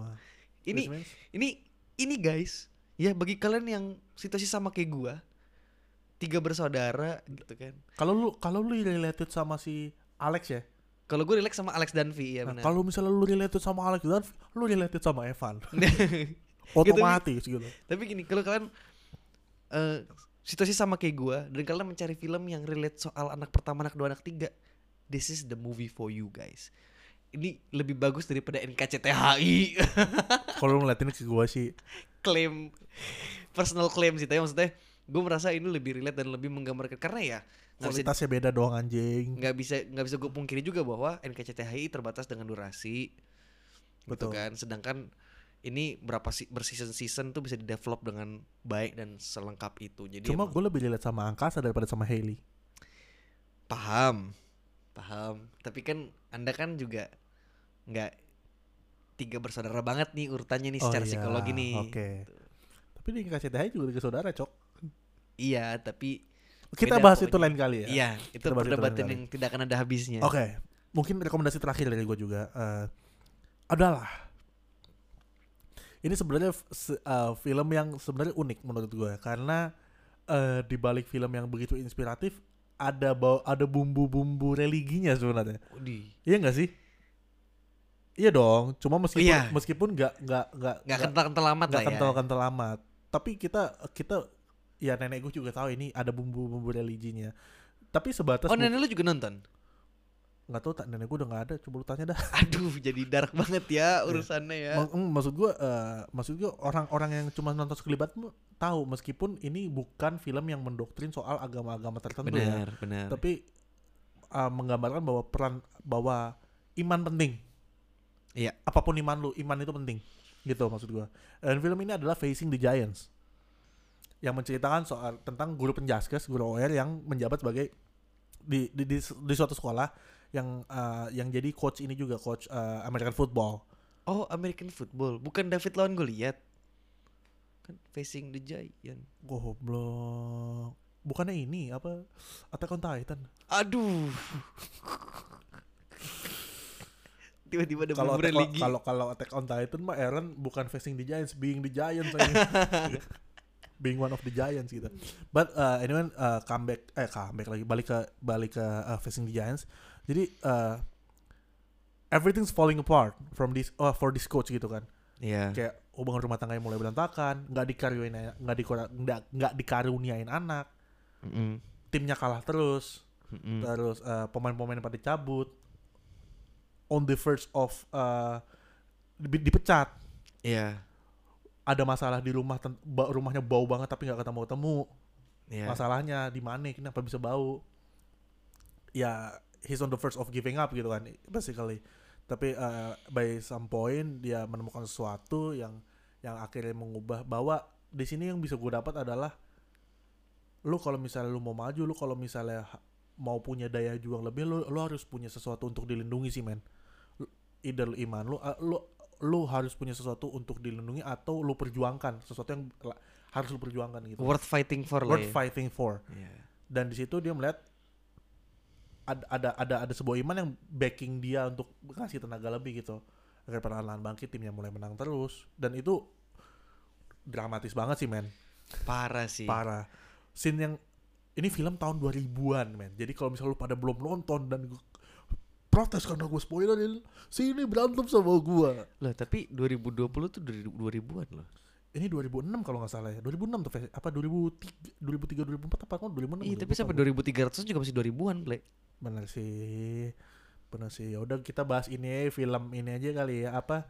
Ini guys, ya bagi kalian yang situasi sama kayak gua, 3 bersaudara gitu kan. Kalau lu related sama si Alex ya? Kalau gue relax sama Alex Danvi ya benar. Kalau misalnya lu related sama Alex Danvi, lu related sama Evan. Otomatis gitu. Tapi gini, kalau kalian situasi sama kayak gue dan kalian mencari film yang relate soal anak pertama, anak dua, anak tiga, this is the movie for you guys. Ini lebih bagus daripada NKCTHI. Kalau ngeliatin ke gue sih klaim, personal claim sih, tapi maksudnya gue merasa ini lebih relate dan lebih menggambarkan, karena ya kualitasnya beda doang anjing. Nggak bisa gue pungkiri juga bahwa NKCTHI terbatas dengan durasi. Betul gitu kan. Sedangkan ini berseason-season tuh bisa di-develop dengan baik dan selengkap itu. Jadi cuma gue lebih relate sama Angkasa daripada sama Hailey. Paham. Paham. Tapi kan Anda kan juga nggak 3 bersaudara banget nih urutannya nih Oh secara iya, psikologi nih. oke. Tapi di KCTH juga ke saudara, Cok. Iya, tapi Kita beda bahas itu pokoknya. lain kali ya. Iya, itu Kita bahas itu lain perdebatan kali. yang tidak akan ada habisnya. Oke, mungkin rekomendasi terakhir dari gue juga adalah ini sebenarnya film yang sebenarnya unik menurut gue karena di balik film yang begitu inspiratif ada bumbu-bumbu religinya sebenarnya. Udih. Iya nggak sih? Iya dong. Cuma meskipun Iya. meskipun Nggak kental-kental amat nggak lah ya. kental-kental amat. Tapi kita ya nenek gue juga tahu ini ada bumbu-bumbu religinya. Tapi sebatas Oh, nenek lu juga nonton? nggak tahu tak nenek gue udah nggak ada. Coba lu tanya dah. Aduh, jadi dark banget ya urusannya ya. Maksud gue orang-orang yang cuma nonton sekelibat tahu meskipun ini bukan film yang mendoktrin soal agama-agama tertentu ya. Benar, benar. Tapi menggambarkan bahwa iman penting. Iya. Apapun iman itu penting. Gitu maksud gue. Dan film ini adalah Facing the Giants. Yang menceritakan soal tentang guru penjaskes, guru OR yang menjabat sebagai di suatu sekolah yang jadi coach ini juga coach American football. Oh, American football. Bukan David lawan Goliath. Kan Facing the Giant. Goblok. Bukannya ini apa Attack on Titan. Aduh. Tiba-tiba ada bumbu religi. Kalau Attack on Titan mah Eren bukan Facing the Giants, being the Giants aja. Being one of the Giants gitu. But anyway comeback lagi balik ke Facing the Giants. Jadi everything's falling apart from this for this coach gitu kan. Iya. Kayak hubungan rumah tangganya mulai berantakan, nggak dikaruniain anak. Timnya kalah terus. Terus pemain-pemain pada cabut. On the verge of dipecat. Iya. Ada masalah di rumahnya bau banget tapi nggak ketemu. Iya. Masalahnya di mana? Kenapa bisa bau? Ya, he's on the verge of giving up gitu kan, basically. Tapi by some point dia menemukan sesuatu yang akhirnya mengubah bahwa di sini yang bisa gue dapat adalah lu kalau misalnya lu mau maju, lu kalau misalnya mau punya daya juang lebih, lu harus punya sesuatu untuk dilindungi sih, men. Either iman lu harus punya sesuatu untuk dilindungi atau lu perjuangkan sesuatu yang harus lu perjuangkan gitu. Worth fighting for. Fighting for. Yeah. Dan di situ dia melihat ada sebuah iman yang backing dia untuk ngasih tenaga lebih gitu. Akhirnya perlahan-lahan bangkit, timnya mulai menang terus, dan itu dramatis banget sih, men. Parah sih. Parah. Scene yang ini film tahun 2000-an, men. Jadi kalau misalnya lu pada belum nonton dan protes karena gue spoilerin, sini berantem sama gue. Loh, tapi 2020 tuh 2000-an loh. Ini 2006 kalau nggak salah ya. 2006 tuh apa 2003 2004 apa 2006. Iya, tapi sampai 2300 juga masih 2000-an, Ble. Bener sih. Ya udah kita bahas ini film ini aja kali ya. Apa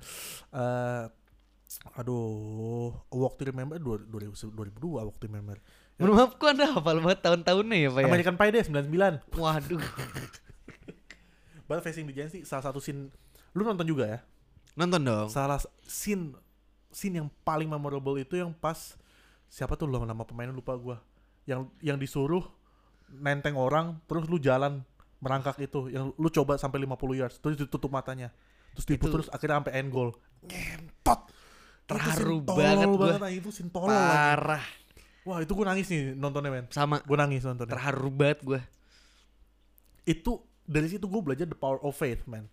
A Walk to Remember 2002 A Walk to Remember. Mohon maaf, kok Anda hafal banget tahun-tahunnya ya, Pak ya? American Pie deh 99. Waduh. But Facing the Giants sih salah satu scene. Lu nonton juga ya? Nonton dong. Salah scene yang paling memorable itu yang pas siapa tuh nama pemainnya lupa gua. Yang disuruh nenteng orang terus lu jalan merangkak itu, yang lu coba sampai 50 yards terus ditutup matanya. Terus terus akhirnya sampai end goal. Ngentot. Terharu banget gua. Itu scene tolol Parah. lagi. Wah, itu gue nangis nih nontonnya, men. Sama. Gue nangis nontonnya. Terharu banget gue. Itu dari situ gue belajar the power of faith, man.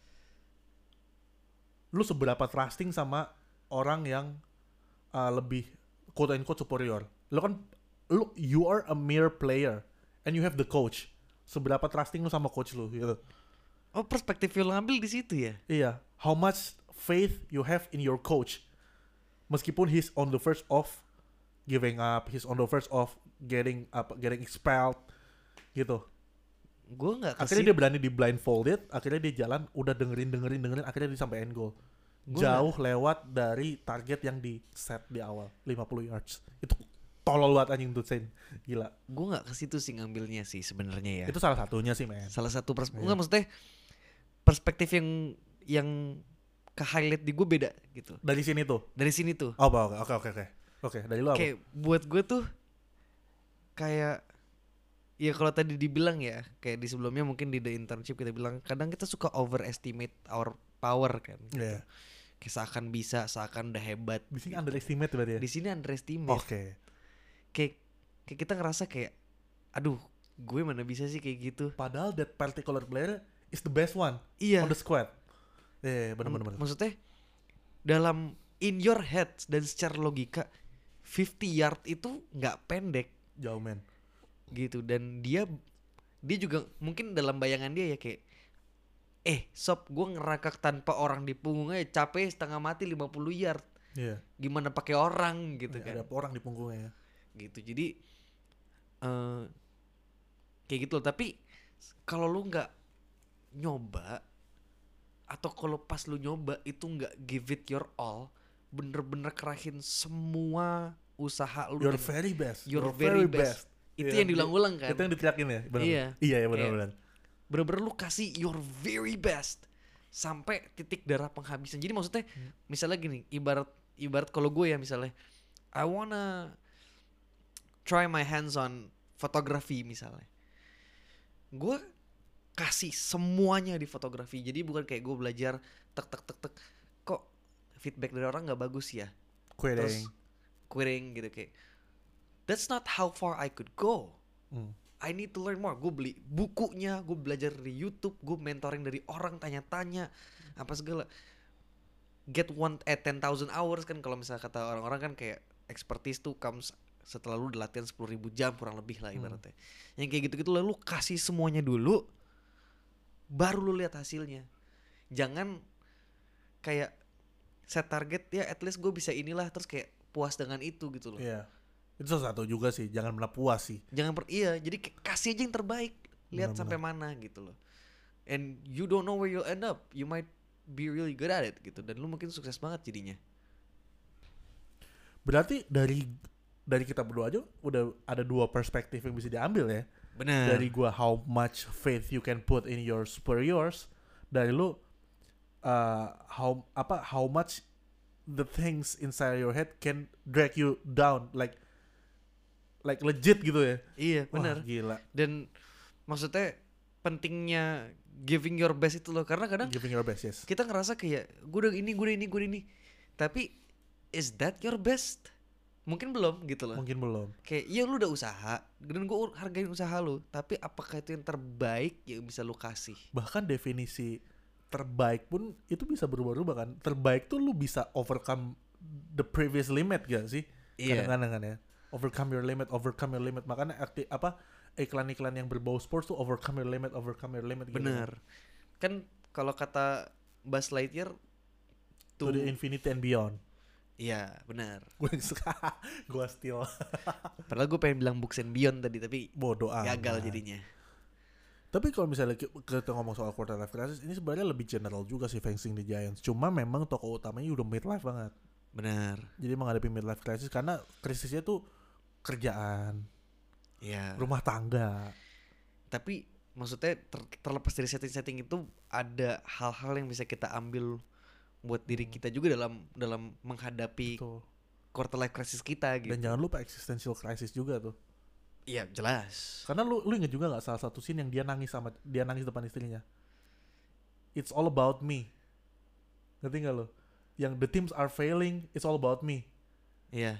Lu seberapa trusting sama orang yang lebih quote unquote superior. You are a mere player and you have the coach. Seberapa trusting lu sama coach lu gitu. Oh, perspektif yang lu ngambil di situ ya? Iya. How much faith you have in your coach. Meskipun he's on the verge of giving up, he's on the verge of getting expelled gitu. Gue nggak kasih. Akhirnya dia berani di blindfolded, akhirnya dia jalan udah dengerin, akhirnya dia sampai end goal. Jauh lewat dari target yang di set di awal 50 yards. Itu tolol banget anjing tuh scene. Gila. Gue nggak ke situ sih ngambilnya sih sebenarnya ya. Itu salah satunya sih, men. Salah satu nggak, maksudnya perspektif yang ke highlight di gue beda gitu. Dari sini tuh. Oh, oke. Oke, dari lu apa? Kayak buat gue tuh kayak ya kalau tadi dibilang ya, kayak di sebelumnya mungkin di The Internship kita bilang kadang kita suka overestimate our power kan gitu. Iya. Kayak seakan bisa, seakan udah hebat. Di sini gitu. underestimate berarti ya. Di sini underestimate. Oke. Kayak kita ngerasa kayak aduh, gue mana bisa sih kayak gitu. Padahal that particular player is the best one Iya. on the squad. Benar-benar. Maksudnya dalam in your head dan secara logika 50 yard itu nggak pendek Jauh men. gitu, dan dia juga mungkin dalam bayangan dia ya kayak sob gue ngerakak tanpa orang di punggungnya capek setengah mati 50 yard. Iya. Gimana pakai orang gitu kan. Ada orang di punggungnya ya. Gitu. Jadi kayak gitu loh. Tapi kalau lu nggak nyoba, atau kalau pas lu nyoba itu nggak give it your all, bener-bener kerahin semua usaha lu, Your very best. your very best. Itu yang diulang-ulang kan. Itu yang diteriakin ya. Bener. Iya. Iya ya benar-benar. Bener-bener lu kasih your very best sampai titik darah penghabisan. Jadi maksudnya misalnya gini, ibarat kalau gue ya misalnya I wanna try my hands on fotografi misalnya, gue kasih semuanya di fotografi. Jadi bukan kayak gue belajar tek kok feedback dari orang nggak bagus ya, Quitting. quitting gitu, kayak that's not how far I could go. I need to learn more. Gue beli bukunya, gue belajar dari YouTube, gue mentoring dari orang, tanya-tanya apa segala. Get 10,000 hours kan, kalau misalnya kata orang-orang kan kayak expertise tuh comes setelah lu latihan 10,000 jam kurang lebih lah ibaratnya. Yang kayak gitu-gitu lalu kasih semuanya dulu, baru lu lihat hasilnya. Jangan kayak set target ya at least gue bisa inilah terus kayak puas dengan itu gitu loh. Iya. Itu salah satu juga sih, jangan pernah puas sih. Jadi kasih aja yang terbaik, lihat sampai mana gitu loh. And you don't know where you'll end up. You might be really good at it gitu, dan lu mungkin sukses banget jadinya. Berarti dari kita berdua aja udah ada dua perspektif yang bisa diambil ya. Benar. Dari gua how much faith you can put in your superiors, dari lu how much the things inside your head can drag you down like legit gitu ya. Iya benar. Gila. Dan maksudnya pentingnya giving your best itu loh, karena kadang Giving your best, yes. kita ngerasa kayak gue udah ini, tapi is that your best? Mungkin belum gitu loh. Mungkin belum. Kayak iya lu udah usaha dan gue hargain usaha lu, tapi apakah itu yang terbaik yang bisa lu kasih? Bahkan definisi terbaik pun itu bisa berubah-ubah kan. Terbaik tuh lu bisa overcome the previous limit gak sih? Iya. Kadang-kadang kan ya. Overcome your limit. Makanya iklan-iklan yang berbau sports tuh overcome your limit gitu. Bener. Kan kalau kata Buzz Lightyear To the infinity and beyond. Iya benar. Gue still. Padahal gue pengen bilang Books and Beyond tadi, tapi bodoh amat. gagal jadinya. Tapi kalau misalnya kita ngomong soal quarter life crisis, ini sebenarnya lebih general juga sih facing the Giants. Cuma memang tokoh utamanya udah midlife banget. Benar. Jadi menghadapi midlife crisis karena krisisnya tuh kerjaan, Iya. rumah tangga. Tapi maksudnya terlepas dari setting-setting itu ada hal-hal yang bisa kita ambil buat diri kita juga dalam menghadapi Betul. quarter life crisis kita gitu. Dan jangan lupa existential crisis juga tuh. Iya jelas. Karena lu inget juga nggak salah satu scene yang dia nangis depan istrinya. It's all about me. Ngerti nggak lo? Yang the teams are failing, it's all about me. Iya.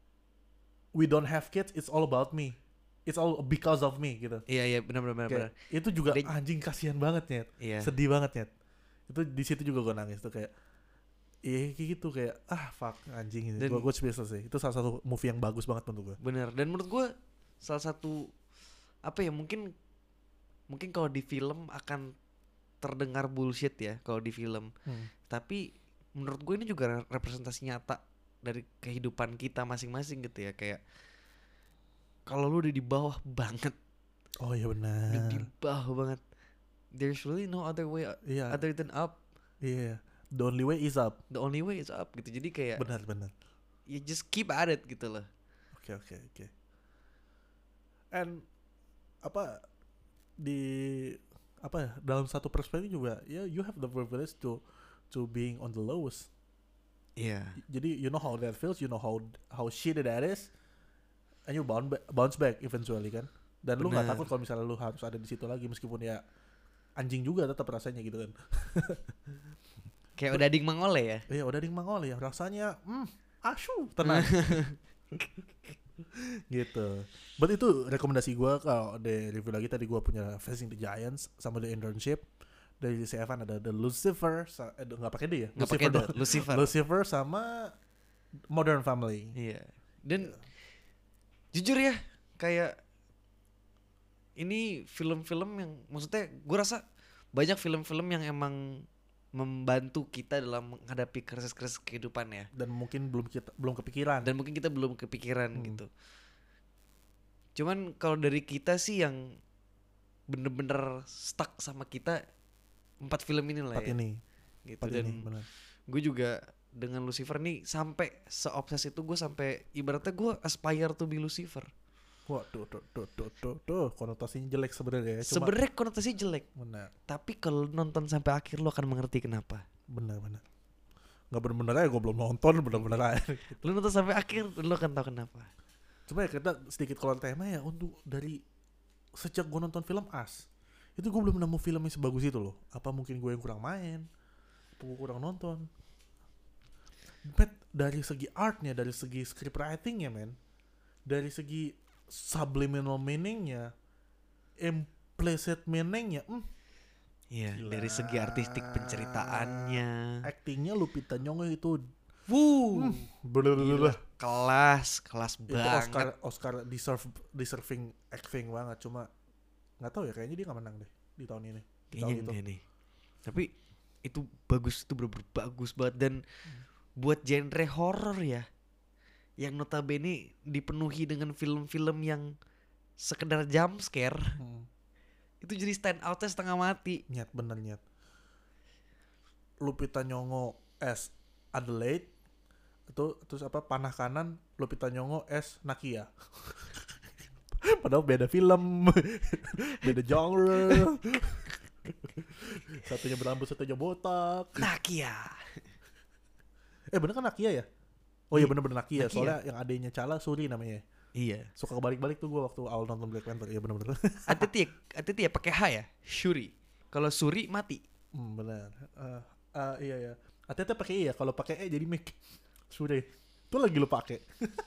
We don't have kids, it's all about me. It's all because of me gitu. Iya benar. Itu juga Dia- anjing kasihan banget Nyet. Iya. Sedih banget Nyet. Itu di situ juga gue nangis tuh kayak kayak gitu kayak fuck anjing ini. Gue speechless sih. Itu salah satu movie yang bagus banget menurut gue. Benar. Dan menurut gue salah satu apa ya, mungkin kalau di film akan terdengar bullshit ya kalau di film. Tapi menurut gue ini juga representasi nyata dari kehidupan kita masing-masing gitu ya, kayak kalau lu udah di bawah banget. Oh iya benar. Udah di bawah banget. There's really no other way other than up. Iya. The only way is up. The only way is up gitu. Jadi kayak Benar. you just keep at it gitu loh. Oke. And dalam satu perspektif juga you have the privilege to being on the lowest. Iya. Jadi you know how that feels, you know how shitty that is, and you bounce back eventually kan. Dan lu nggak Bener. takut kalau misalnya lu harus ada di situ lagi meskipun ya anjing juga tetap rasanya gitu kan. Kayak udah ding mangole ya. Iya udah ding mangol ya rasanya asu tenang. Gitu. But itu rekomendasi gue. Kalau di review lagi tadi gue punya Facing the Giants sama The Internship. Dari si Evan ada The Lucifer, nggak pakai D ya? Nggak pakai D, Lucifer. Lucifer sama Modern Family. Iya. Dan jujur ya, kayak ini film-film yang maksudnya gue rasa banyak film-film yang emang membantu kita dalam menghadapi krisis-krisis kehidupan ya. Dan mungkin belum kepikiran. Dan mungkin kita belum kepikiran gitu. Cuman kalau dari kita sih yang bener-bener stuck sama kita 4 film ini lah ya. Ini. Gitu. 4 Dan ini, bener. gue juga dengan Lucifer nih sampai seobses itu gue sampai ibaratnya gue aspire to be Lucifer. Wah, tuh, konotasinya jelek sebenarnya ya. Sebenarnya konotasinya jelek. Benar. Tapi kalau nonton sampai akhir lo akan mengerti kenapa. Benar. Nggak bener-bener aja gue belum nonton, bener-bener aja. Lo nonton sampai akhir lo akan tahu kenapa. Cuma ya kita sedikit keluar tema ya, untuk dari sejak gue nonton film As itu gue belum nemu film yang sebagus itu loh. Apa mungkin gue yang kurang main, apa gue kurang nonton. But dari segi artnya, dari segi script writingnya men, dari segi subliminal meaningnya, implicit meaningnya, Iya, gila. dari segi artistik penceritaannya, actingnya Lupita Nyong'o itu gila, kelas itu banget. Oscar deserving acting banget. Cuma nggak tahu ya, kayaknya dia nggak menang deh di tahun ini. Kayaknya enggak nih. Tapi itu bagus, itu bener-bener bagus banget. Dan buat genre horror ya, yang notabene dipenuhi dengan film-film yang sekedar jump scare, itu jadi stand outnya setengah mati. Bener. Lupita Nyong'o as Adelaide itu terus apa, panah kanan Lupita Nyong'o as Nakia. Padahal beda film, beda genre. Satunya berambut, satunya botak. Nakia. Bener kan Nakia ya? Oh iya bener-bener Nakia. Nakia. Soalnya yang adanya Chala Suri namanya. Iya. Suka kebalik-balik tuh gue waktu awal nonton Black Panther. Iya bener-bener. Ateti ya pakai H ya, Shuri. Kalau Suri mati. Bener. Iya. Ateti pakai E ya. Kalau pakai E jadi Mick. Suri. Itu lagi lu pakai.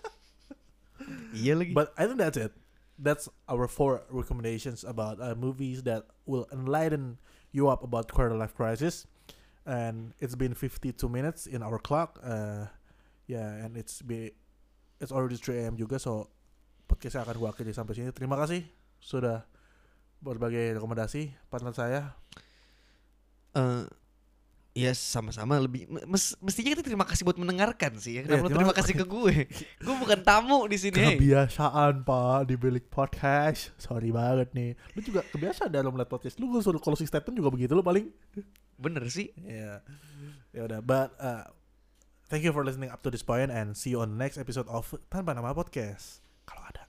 Iya lagi. But I think that's it. That's our 4 recommendations about movies that will enlighten you up about quarter life crisis. And it's been 52 minutes in our clock. And it's already 3 AM juga. So podcastnya akan gue akhiri sampai sini. Terima kasih sudah berbagi rekomendasi partner saya. Ya sama-sama, lebih mestinya kita terima kasih buat mendengarkan sih ya. Kenapa lu terima terima kasih ke gue? Gue bukan tamu di sini. Kebiasaan Pak di Bilik Podcast. Sorry banget nih. Lu juga kebiasaan dalam melihat podcast. Lu suruh closing statement juga begitu lu paling. Bener sih. Ya udah. But thank you for listening up to this point and see you on the next episode of Tanpa Nama Podcast. Kalau ada.